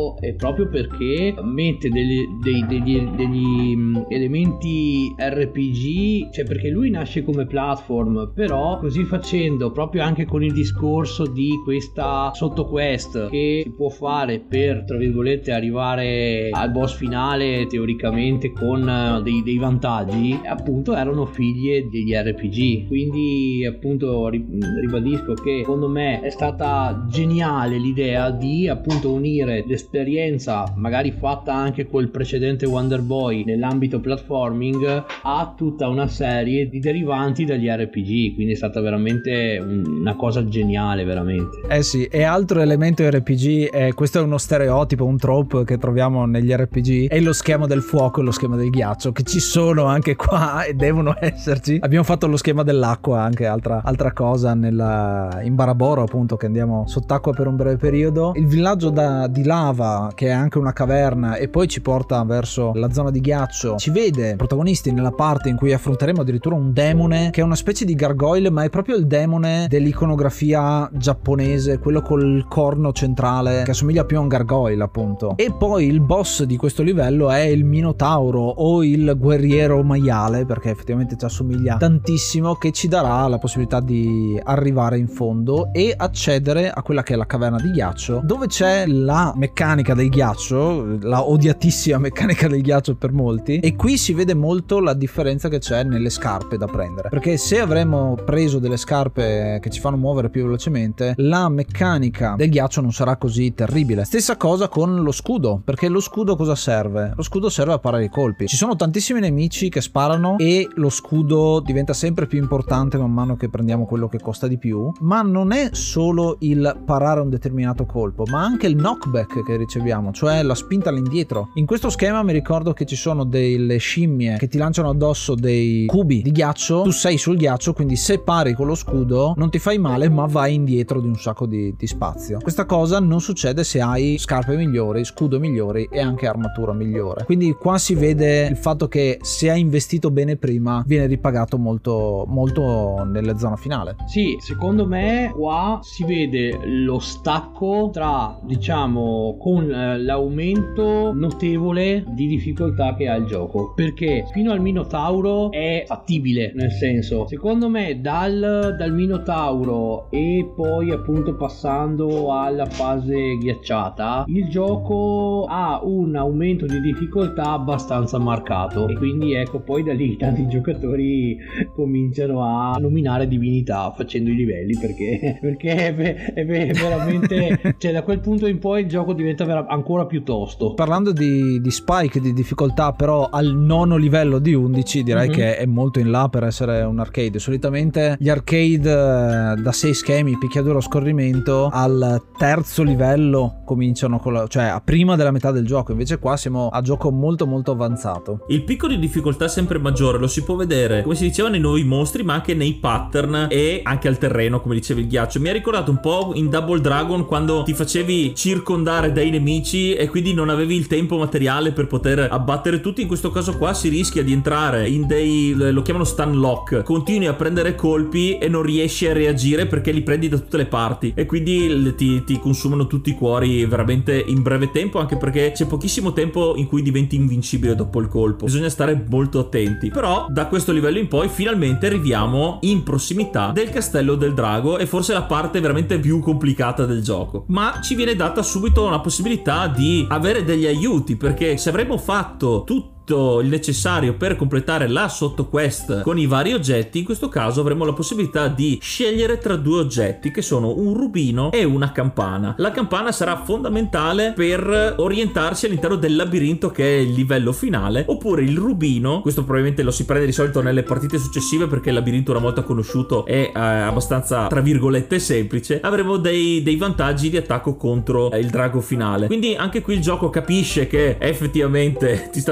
gioco è proprio perché mette degli, dei, degli, degli elementi R P G, cioè perché lui nasce come platform, però così facendo, proprio anche con il discorso di questa sottoquest che si può fare per, tra virgolette, arrivare al boss finale teoricamente con dei, dei vantaggi, appunto erano figlie degli R P G. Quindi appunto ribadisco che secondo me è stata geniale l'idea di appunto unire l'esperienza magari fatta anche col precedente Wonder Boy nell'ambito platforming a tutta una serie di derivanti dagli R P G, quindi è stata veramente una cosa geniale, veramente. Eh sì, e altro elemento R P G, è, questo è uno stereotipo, un trope che troviamo negli R P G, è lo schema del fuoco e lo schema del ghiaccio, che ci sono anche qua e devono esserci. Abbiamo fatto lo schema dell'acqua, anche altra, altra cosa nella, in Baraboro, appunto, che andiamo sott'acqua per un breve periodo. Il villaggio da, di lava, che è anche una caverna e poi ci porta verso la zona di ghiaccio, ci vede protagonisti nella parte in cui affronteremo addirittura un demone che è una specie di gargoyle, ma è proprio il demone dell'iconografia giapponese, quello col corno centrale che assomiglia più a un gargoyle, appunto. E poi il boss di questo livello è il Minotauro o il guerriero maiale, perché effettivamente ci assomiglia tantissimo, che ci darà la possibilità di arrivare in fondo e accedere a quella che è la caverna di ghiaccio, dove c'è la meccanica del ghiaccio, la odiatissima meccanica del ghiaccio per molti. E qui si vede molto la differenza che c'è nelle scarpe da prendere, perché se avremmo preso delle scarpe che ci fanno muovere più velocemente, la meccanica del ghiaccio non sarà così terribile. Stessa cosa con lo scudo, perché lo scudo cosa serve? Lo scudo serve a parare i colpi. Ci sono tantissimi nemici che sparano e lo scudo diventa sempre più importante man mano che prendiamo quello che costa di più, ma non è solo il parare un determinato colpo, ma anche il knockback che riceviamo, cioè la spinta all'indietro. In questo schema mi ricordo che ci sono delle scimmie che ti lanciano addosso dei cubi di ghiaccio, tu sei sul ghiaccio, quindi se pari con lo scudo non ti fai male, ma vai indietro di un sacco di, di spazio. Questa cosa non succede se hai scarpe migliori, scudo migliori e anche armatura migliore. Quindi qua si vede il fatto che se hai investito bene prima viene ripagato molto molto nella zona finale. Sì, secondo me qua si vede lo stacco tra, diciamo, con eh, l'aumento notevole di difficoltà che ha il gioco, perché fino al Minotauro è fattibile, nel senso, secondo me dal, dal Minotauro e poi appunto passando alla fase ghiacciata, il gioco ha un aumento di difficoltà abbastanza marcato, e quindi ecco, poi da lì tanti giocatori cominciano a nominare divinità facendo i livelli, perché perché è, è, è veramente cioè da quel punto in poi il gioco diventa vera, ancora più tosto. Parlando di, di spike di difficoltà, però al nono livello di undici direi mm-hmm. che è molto in là per essere un arcade. Solitamente gli arcade da sei schemi, picchiaduro, scorrimento, al terzo livello cominciano con la, cioè a prima della metà del gioco, invece qua siamo a gioco molto molto avanzato. Il picco di difficoltà è sempre maggiore, lo si può vedere, come si diceva, nei nuovi mostri, ma anche nei pattern e anche al terreno, come dicevi il ghiaccio. Mi ha ricordato un po' in Double Dragon, quando ti facevi circondare dai nemici e quindi non avevi il tempo materiale per poter abbattere tutti. In questo caso qua si rischia di entrare in dei, lo chiamano stun lock, continui a prendere colpi e non riesci a reagire perché li prendi da tutte le parti e quindi ti, ti consumano tutti i cuori veramente in breve tempo, anche perché c'è pochissimo tempo in cui diventi invincibile dopo il colpo. Bisogna stare molto attenti. Però da questo livello in poi finalmente arriviamo in prossimità del castello del drago, e forse la parte veramente più complicata del gioco, ma ci viene data subito una possibilità di avere degli aiuti, perché se avremmo fatto tutto il necessario per completare la sottoquest con i vari oggetti, in questo caso avremo la possibilità di scegliere tra due oggetti che sono un rubino e una campana. La campana sarà fondamentale per orientarsi all'interno del labirinto, che è il livello finale, oppure il rubino, questo probabilmente lo si prende di solito nelle partite successive perché il labirinto una volta conosciuto è eh, abbastanza tra virgolette semplice, avremo dei, dei vantaggi di attacco contro eh, il drago finale. Quindi anche qui il gioco capisce che effettivamente ti sta mettendo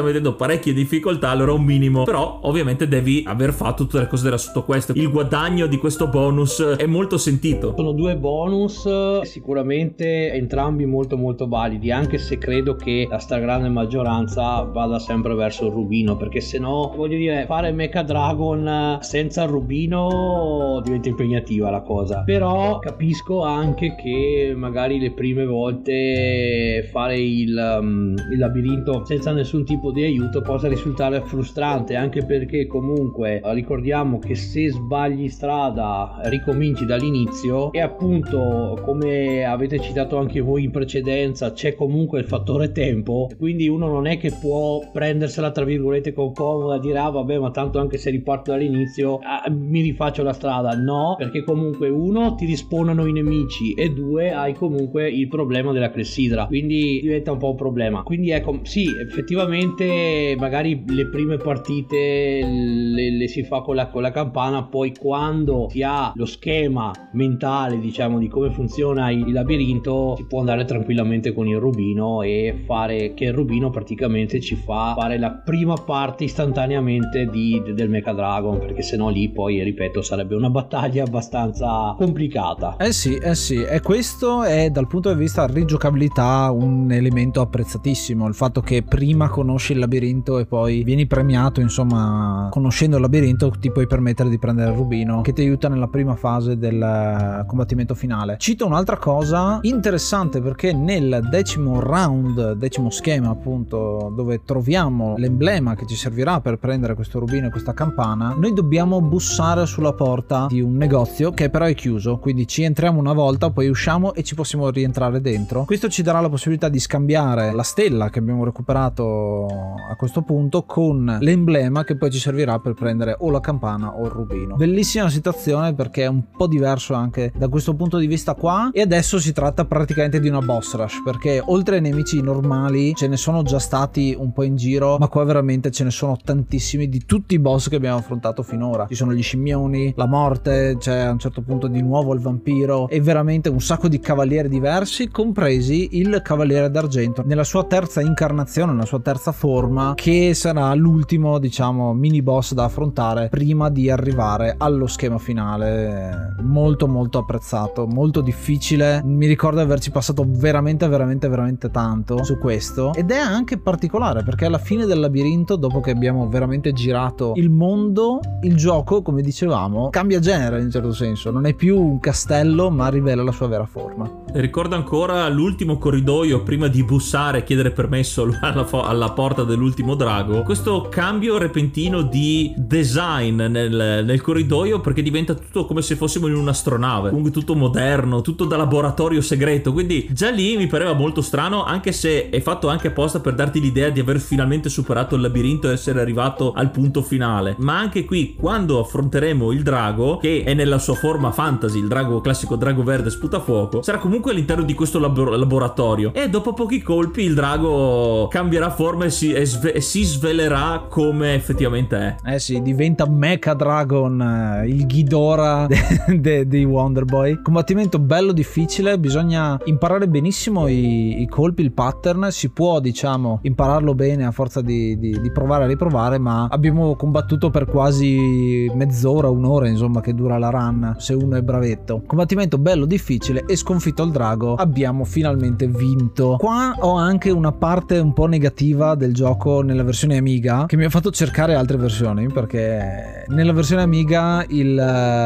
parecchie difficoltà, allora un minimo, però ovviamente devi aver fatto tutte le cose della sottoquest. Il guadagno di questo bonus è molto sentito. Sono due bonus sicuramente entrambi molto molto validi, anche se credo che la stragrande maggioranza vada sempre verso il rubino, perché se no, voglio dire, fare Mecha Dragon senza il rubino diventa impegnativa la cosa. Però capisco anche che magari le prime volte fare il, um, il labirinto senza nessun tipo di aiuto possa risultare frustrante, anche perché comunque ricordiamo che se sbagli strada ricominci dall'inizio, e appunto, come avete citato anche voi in precedenza, c'è comunque il fattore tempo, quindi uno non è che può prendersela tra virgolette con comoda, dire ah vabbè, ma tanto anche se riparto dall'inizio ah, mi rifaccio la strada. No, perché comunque uno, ti rispawnano i nemici, e due, hai comunque il problema della clessidra, quindi diventa un po' un problema. Quindi ecco, sì, effettivamente magari le prime partite le, le si fa con la, con la campana, poi quando si ha lo schema mentale, diciamo, di come funziona il, il labirinto, si può andare tranquillamente con il rubino e fare che il rubino praticamente ci fa fare la prima parte istantaneamente di, del Mecha Dragon, perché sennò lì poi, ripeto, sarebbe una battaglia abbastanza complicata. Eh sì, eh sì, e questo è dal punto di vista rigiocabilità un elemento apprezzatissimo, il fatto che prima conosci il labirinto e poi vieni premiato, insomma, conoscendo il labirinto ti puoi permettere di prendere il rubino, che ti aiuta nella prima fase del combattimento finale. Cito un'altra cosa interessante, perché nel decimo round, decimo schema appunto, dove troviamo l'emblema che ci servirà per prendere questo rubino e questa campana, noi dobbiamo bussare sulla porta di un negozio che però è chiuso, quindi ci entriamo una volta, poi usciamo e ci possiamo rientrare dentro. Questo ci darà la possibilità di scambiare la stella che abbiamo recuperato a questo punto con l'emblema che poi ci servirà per prendere o la campana o il rubino. Bellissima situazione, perché è un po' diverso anche da questo punto di vista qua, e adesso si tratta praticamente di una boss rush, perché oltre ai nemici normali ce ne sono già stati un po' in giro, ma qua veramente ce ne sono tantissimi di tutti i boss che abbiamo affrontato finora. Ci sono gli scimmioni, la morte, c'è a un certo punto di nuovo il vampiro, e veramente un sacco di cavalieri diversi, compresi il cavaliere d'argento nella sua terza incarnazione, nella sua terza forma, che sarà l'ultimo, diciamo, mini boss da affrontare prima di arrivare allo schema finale. Molto molto apprezzato, molto difficile, mi ricordo di averci passato veramente veramente veramente tanto su questo, ed è anche particolare perché alla fine del labirinto, dopo che abbiamo veramente girato il mondo, il gioco, come dicevamo, cambia genere in un certo senso, non è più un castello ma rivela la sua vera forma. Ricordo ancora l'ultimo corridoio prima di bussare e chiedere permesso alla, alla porta dell'ultimo drago, questo cambio repentino di design nel, nel corridoio, perché diventa tutto come se fossimo in un'astronave, comunque tutto moderno, tutto da laboratorio segreto, quindi già lì mi pareva molto strano, anche se è fatto anche apposta per darti l'idea di aver finalmente superato il labirinto e essere arrivato al punto finale. Ma anche qui, quando affronteremo il drago, che è nella sua forma fantasy, il drago classico, drago verde sputafuoco, sarà comunque all'interno di questo labor laboratorio, e dopo pochi colpi il drago cambierà forma e si, e sve e si svelerà come effettivamente è. Eh sì, diventa Mecha Dragon, il Ghidorah dei Wonder Boy. Combattimento bello difficile, bisogna imparare benissimo i, i colpi, il pattern. Si può, diciamo, impararlo bene a forza di, di, di provare e riprovare, ma abbiamo combattuto per quasi mezz'ora, un'ora, insomma, che dura la run, se uno è bravetto. Combattimento bello difficile, e sconfitto il drago abbiamo finalmente vinto. Qua ho anche una parte un po' negativa del gioco nella versione Amiga, che mi ha fatto cercare altre versioni, perché nella versione Amiga il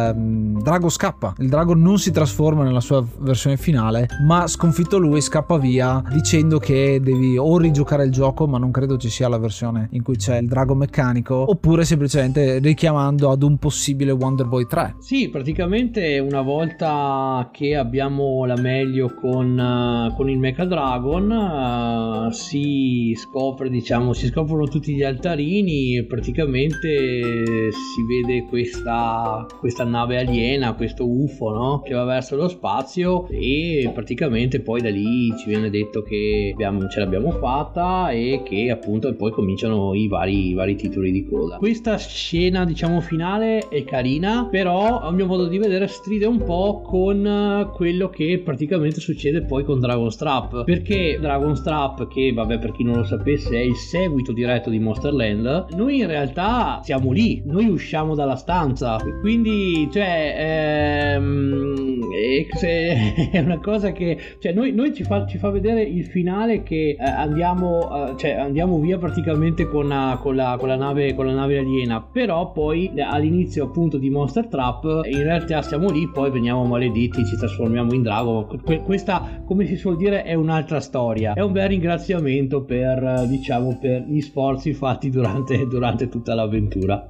uh, drago scappa, il drago non si trasforma nella sua versione finale, ma sconfitto lui scappa via dicendo che devi o rigiocare il gioco, ma non credo ci sia la versione in cui c'è il drago meccanico, oppure semplicemente richiamando ad un possibile Wonder Boy tre. Sì, praticamente una volta che abbiamo la meglio con, uh, con il Mecha Dragon, uh, si scopre, diciamo, si scoprono tutti gli altarini e praticamente si vede questa, questa nave aliena, questo U F O, no? Che va verso lo spazio, e praticamente poi da lì ci viene detto che abbiamo, ce l'abbiamo fatta, e che appunto poi cominciano i vari, i vari titoli di coda. Questa scena, diciamo, finale è carina, però a mio modo di vedere stride un po' con quello che praticamente succede poi con Dragon's Trap, perché Dragon's Trap, che vabbè, per chi non lo sapesse, è il seguito diretto di Monsterland, noi in realtà siamo lì, noi usciamo dalla stanza, quindi cioè ehm, è una cosa che cioè noi, noi ci, fa, ci fa vedere il finale che eh, andiamo, eh, cioè andiamo via praticamente con, uh, con, la, con, la nave, con la nave aliena, però poi eh, all'inizio appunto di Monster Trap in realtà siamo lì, poi veniamo maledetti, ci trasformiamo in drago. Que- questa, come si suol dire, è un'altra storia. È un bel ringraziamento per, diciamo, per gli sforzi fatti durante, durante tutta l'avventura.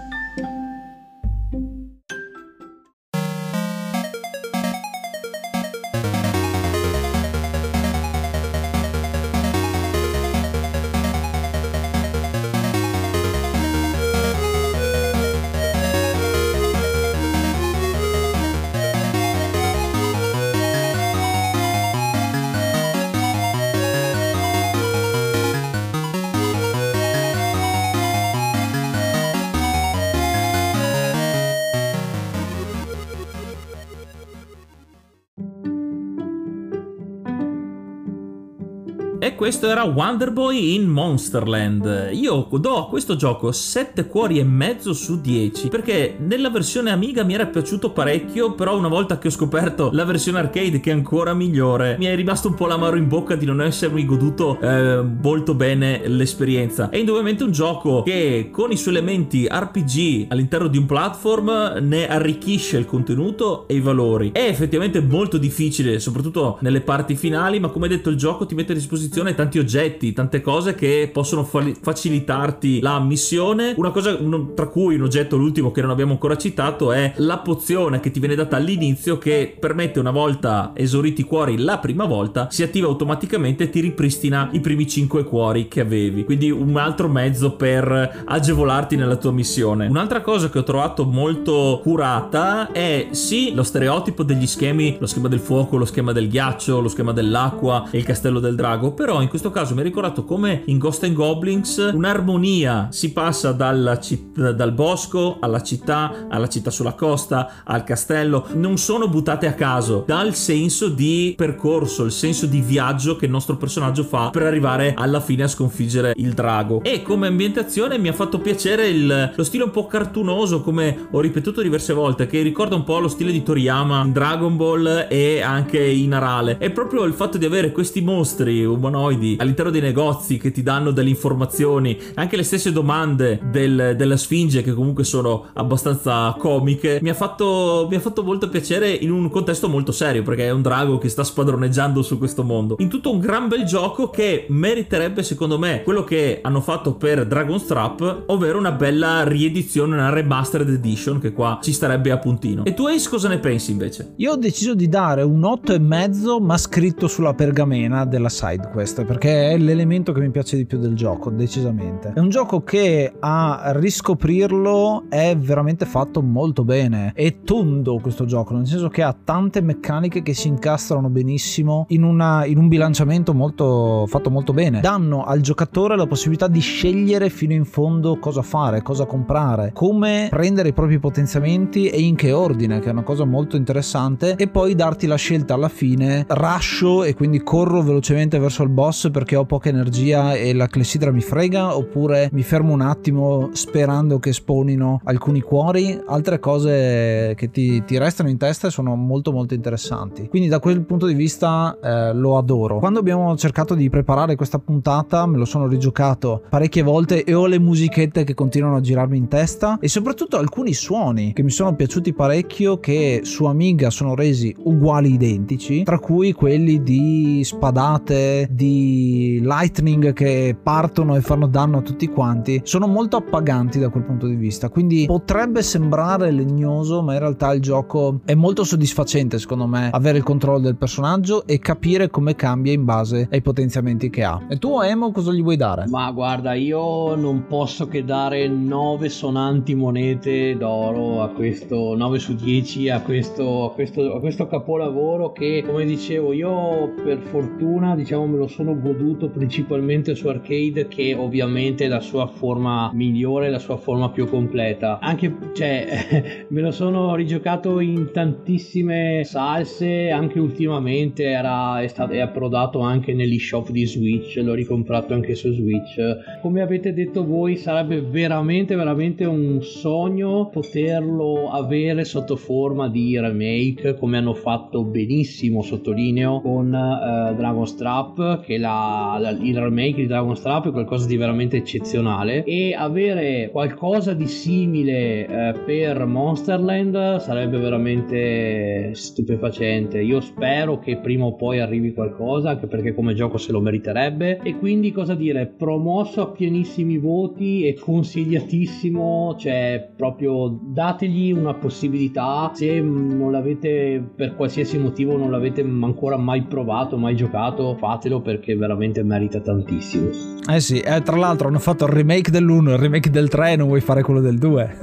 E questo era Wonder Boy in Monsterland. Io do a questo gioco sette cuori e mezzo su dieci, perché nella versione Amiga mi era piaciuto parecchio, però una volta che ho scoperto la versione arcade, che è ancora migliore, mi è rimasto un po' l'amaro in bocca di non essermi goduto eh, molto bene l'esperienza. È indubbiamente un gioco che con i suoi elementi R P G all'interno di un platform ne arricchisce il contenuto e i valori. È effettivamente molto difficile, soprattutto nelle parti finali, ma come detto il gioco ti mette a disposizione tanti oggetti, tante cose che possono fa- facilitarti la missione. Una cosa, uno, tra cui un oggetto, l'ultimo che non abbiamo ancora citato, è la pozione che ti viene data all'inizio, che permette, una volta esauriti i cuori la prima volta, si attiva automaticamente e ti ripristina i primi cinque cuori che avevi, quindi un altro mezzo per agevolarti nella tua missione. Un'altra cosa che ho trovato molto curata è sì lo stereotipo degli schemi, lo schema del fuoco, lo schema del ghiaccio, lo schema dell'acqua e il castello del drago, però in questo caso mi ha ricordato come in Ghost and Goblins un'armonia, si passa dalla citt- dal bosco alla città, alla città sulla costa, al castello, non sono buttate a caso, dal senso di percorso, il senso di viaggio che il nostro personaggio fa per arrivare alla fine a sconfiggere il drago. E come ambientazione mi ha fatto piacere il, lo stile un po' cartunoso, come ho ripetuto diverse volte, che ricorda un po' lo stile di Toriyama in Dragon Ball e anche in Arale. È proprio il fatto di avere questi mostri umanoidi all'interno dei negozi che ti danno delle informazioni, anche le stesse domande del, della Sfinge, che comunque sono abbastanza comiche, mi ha fatto mi ha fatto molto piacere in un contesto molto serio, perché è un drago che sta spadroneggiando su questo mondo. In tutto un gran bel gioco che meriterebbe, secondo me, quello che hanno fatto per Dragon's Trap, ovvero una bella riedizione, una remastered edition, che qua ci starebbe a puntino. E tu, Ace, cosa ne pensi invece? Io ho deciso di dare un otto e mezzo, ma scritto sulla pergamena della side quest, perché è l'elemento che mi piace di più del gioco, decisamente. È un gioco che a riscoprirlo è veramente fatto molto bene. È tondo questo gioco, nel senso che ha tante meccaniche che si incastrano benissimo in, una, in un bilanciamento molto fatto molto bene. Danno al giocatore la possibilità di scegliere fino in fondo cosa fare, cosa comprare, come prendere i propri potenziamenti e in che ordine, che è una cosa molto interessante, e poi darti la scelta alla fine: rusho e quindi corro velocemente verso il boss perché ho poca energia e la clessidra mi frega, oppure mi fermo un attimo sperando che spawnino alcuni cuori. Altre cose che ti, ti restano in testa e sono molto molto interessanti, quindi da quel punto di vista eh, lo adoro. Quando abbiamo cercato di preparare questa puntata me lo sono rigiocato parecchie volte e ho le musichette che continuano a girarmi in testa, e soprattutto alcuni suoni che mi sono piaciuti parecchio, che su Amiga sono resi uguali, identici, tra cui quelli di spadate, di lightning che partono e fanno danno a tutti quanti. Sono molto appaganti da quel punto di vista, quindi potrebbe sembrare legnoso, ma in realtà il gioco è molto soddisfacente, secondo me, avere il controllo del personaggio e capire come cambia in base ai potenziamenti che ha. E tu, Emo, cosa gli vuoi dare? Ma guarda, io non posso che dare nove sonanti monete d'oro a questo, nove su dieci a questo, a questo, a questo capolavoro che, come dicevo, io per fortuna, diciamo, me lo lo sono goduto principalmente su arcade, che ovviamente è la sua forma migliore, la sua forma più completa. Anche, cioè, me lo sono rigiocato in tantissime salse, anche ultimamente era, è, stato, è approdato anche negli shop di Switch, l'ho ricomprato anche su Switch. Come avete detto voi, sarebbe veramente veramente un sogno poterlo avere sotto forma di remake, come hanno fatto benissimo, sottolineo, con uh, Dragon's Trap, che la, la, il remake di Dragon's Trap è qualcosa di veramente eccezionale, e avere qualcosa di simile uh, per Monsterland sarebbe veramente stupefacente. Io spero che prima o poi arrivi qualcosa, anche perché come gioco se lo meriterebbe, e quindi cosa dire, promosso a pienissimi voti e consigliatissimo, cioè proprio dategli una possibilità. Se non l'avete, per qualsiasi motivo non l'avete ancora mai provato, mai giocato, fatelo, perché veramente merita tantissimo. Eh sì, eh, tra l'altro hanno fatto il remake dell'uno, il remake del tre, e non vuoi fare quello del due.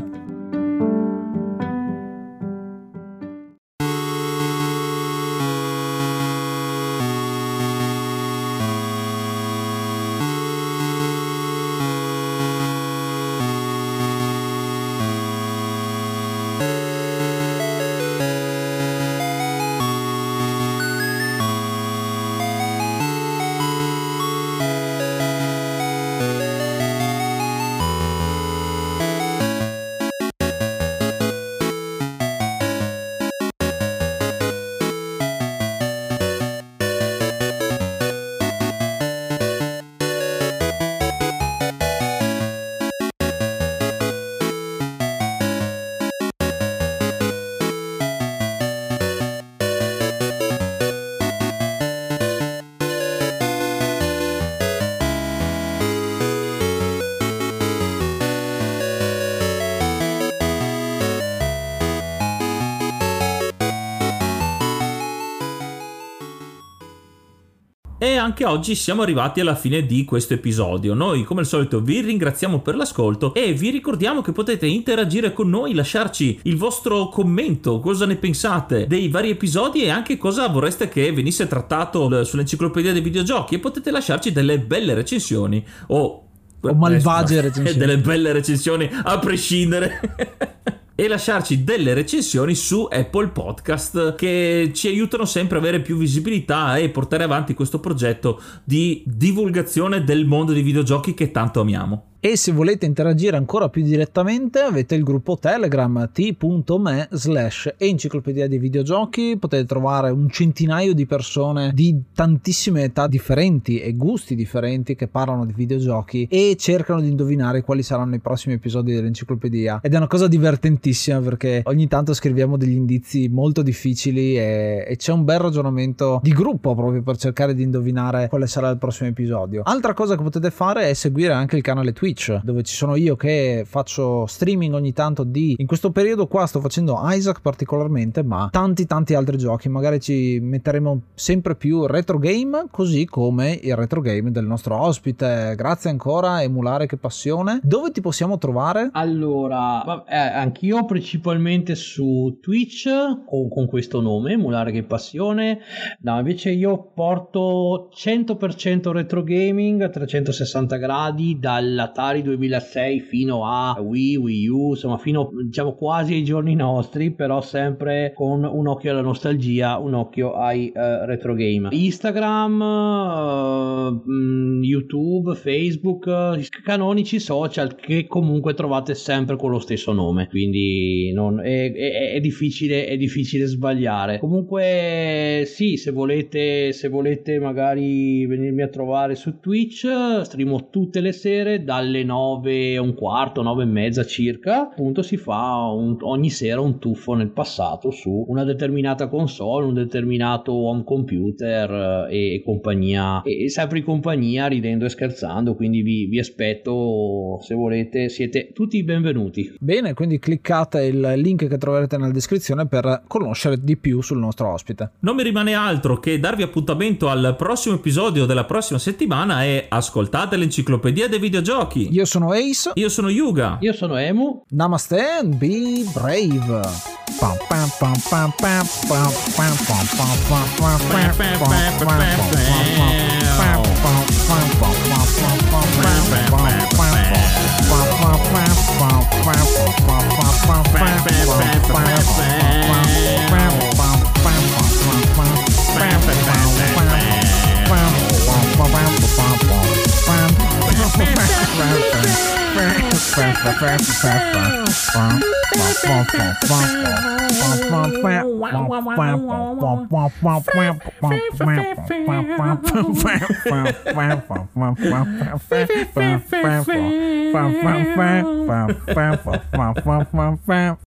E anche oggi siamo arrivati alla fine di questo episodio. Noi come al solito vi ringraziamo per l'ascolto e vi ricordiamo che potete interagire con noi, lasciarci il vostro commento, cosa ne pensate dei vari episodi e anche cosa vorreste che venisse trattato sull'enciclopedia dei videogiochi, e potete lasciarci delle belle recensioni o, o malvagie recensioni, delle belle recensioni a prescindere. E lasciarci delle recensioni su Apple Podcast, che ci aiutano sempre a avere più visibilità e portare avanti questo progetto di divulgazione del mondo dei videogiochi che tanto amiamo. E se volete interagire ancora più direttamente avete il gruppo Telegram t.me slash enciclopedia dei videogiochi. Potete trovare un centinaio di persone di tantissime età differenti e gusti differenti che parlano di videogiochi e cercano di indovinare quali saranno i prossimi episodi dell'enciclopedia, ed è una cosa divertentissima perché ogni tanto scriviamo degli indizi molto difficili e, e c'è un bel ragionamento di gruppo proprio per cercare di indovinare quale sarà il prossimo episodio. Altra cosa che potete fare è seguire anche il canale Twitch, dove ci sono io che faccio streaming ogni tanto di, in questo periodo qua sto facendo Isaac particolarmente, ma tanti tanti altri giochi. Magari ci metteremo sempre più retro game, così come il retro game del nostro ospite. Grazie ancora Emulare, che passione. Dove ti possiamo trovare? Allora, eh, anch'io principalmente su Twitch con, con questo nome, Emulare che passione. No, invece io porto cento per cento retro gaming a trecentosessanta gradi, dalla Atari duemilasei fino a Wii, Wii U, insomma fino diciamo quasi ai giorni nostri, però sempre con un occhio alla nostalgia, un occhio ai uh, retro game. Instagram, uh, YouTube, Facebook, uh, canonici social che comunque trovate sempre con lo stesso nome, quindi non, è, è, è difficile è difficile sbagliare. Comunque sì, se volete se volete magari venirmi a trovare su Twitch, streamo tutte le sere dalle nove e un quarto, nove e mezza circa, appunto si fa un, ogni sera un tuffo nel passato su una determinata console, un determinato home computer e, e compagnia, e, e sempre in compagnia, ridendo e scherzando, quindi vi, vi aspetto, se volete siete tutti benvenuti. Bene, quindi cliccate il link che troverete nella descrizione per conoscere di più sul nostro ospite. Non mi rimane altro che darvi appuntamento al prossimo episodio della prossima settimana e ascoltate l'enciclopedia dei videogiochi. Io sono Ace. Io sono Yuga. Io sono Emu. Namaste and be brave.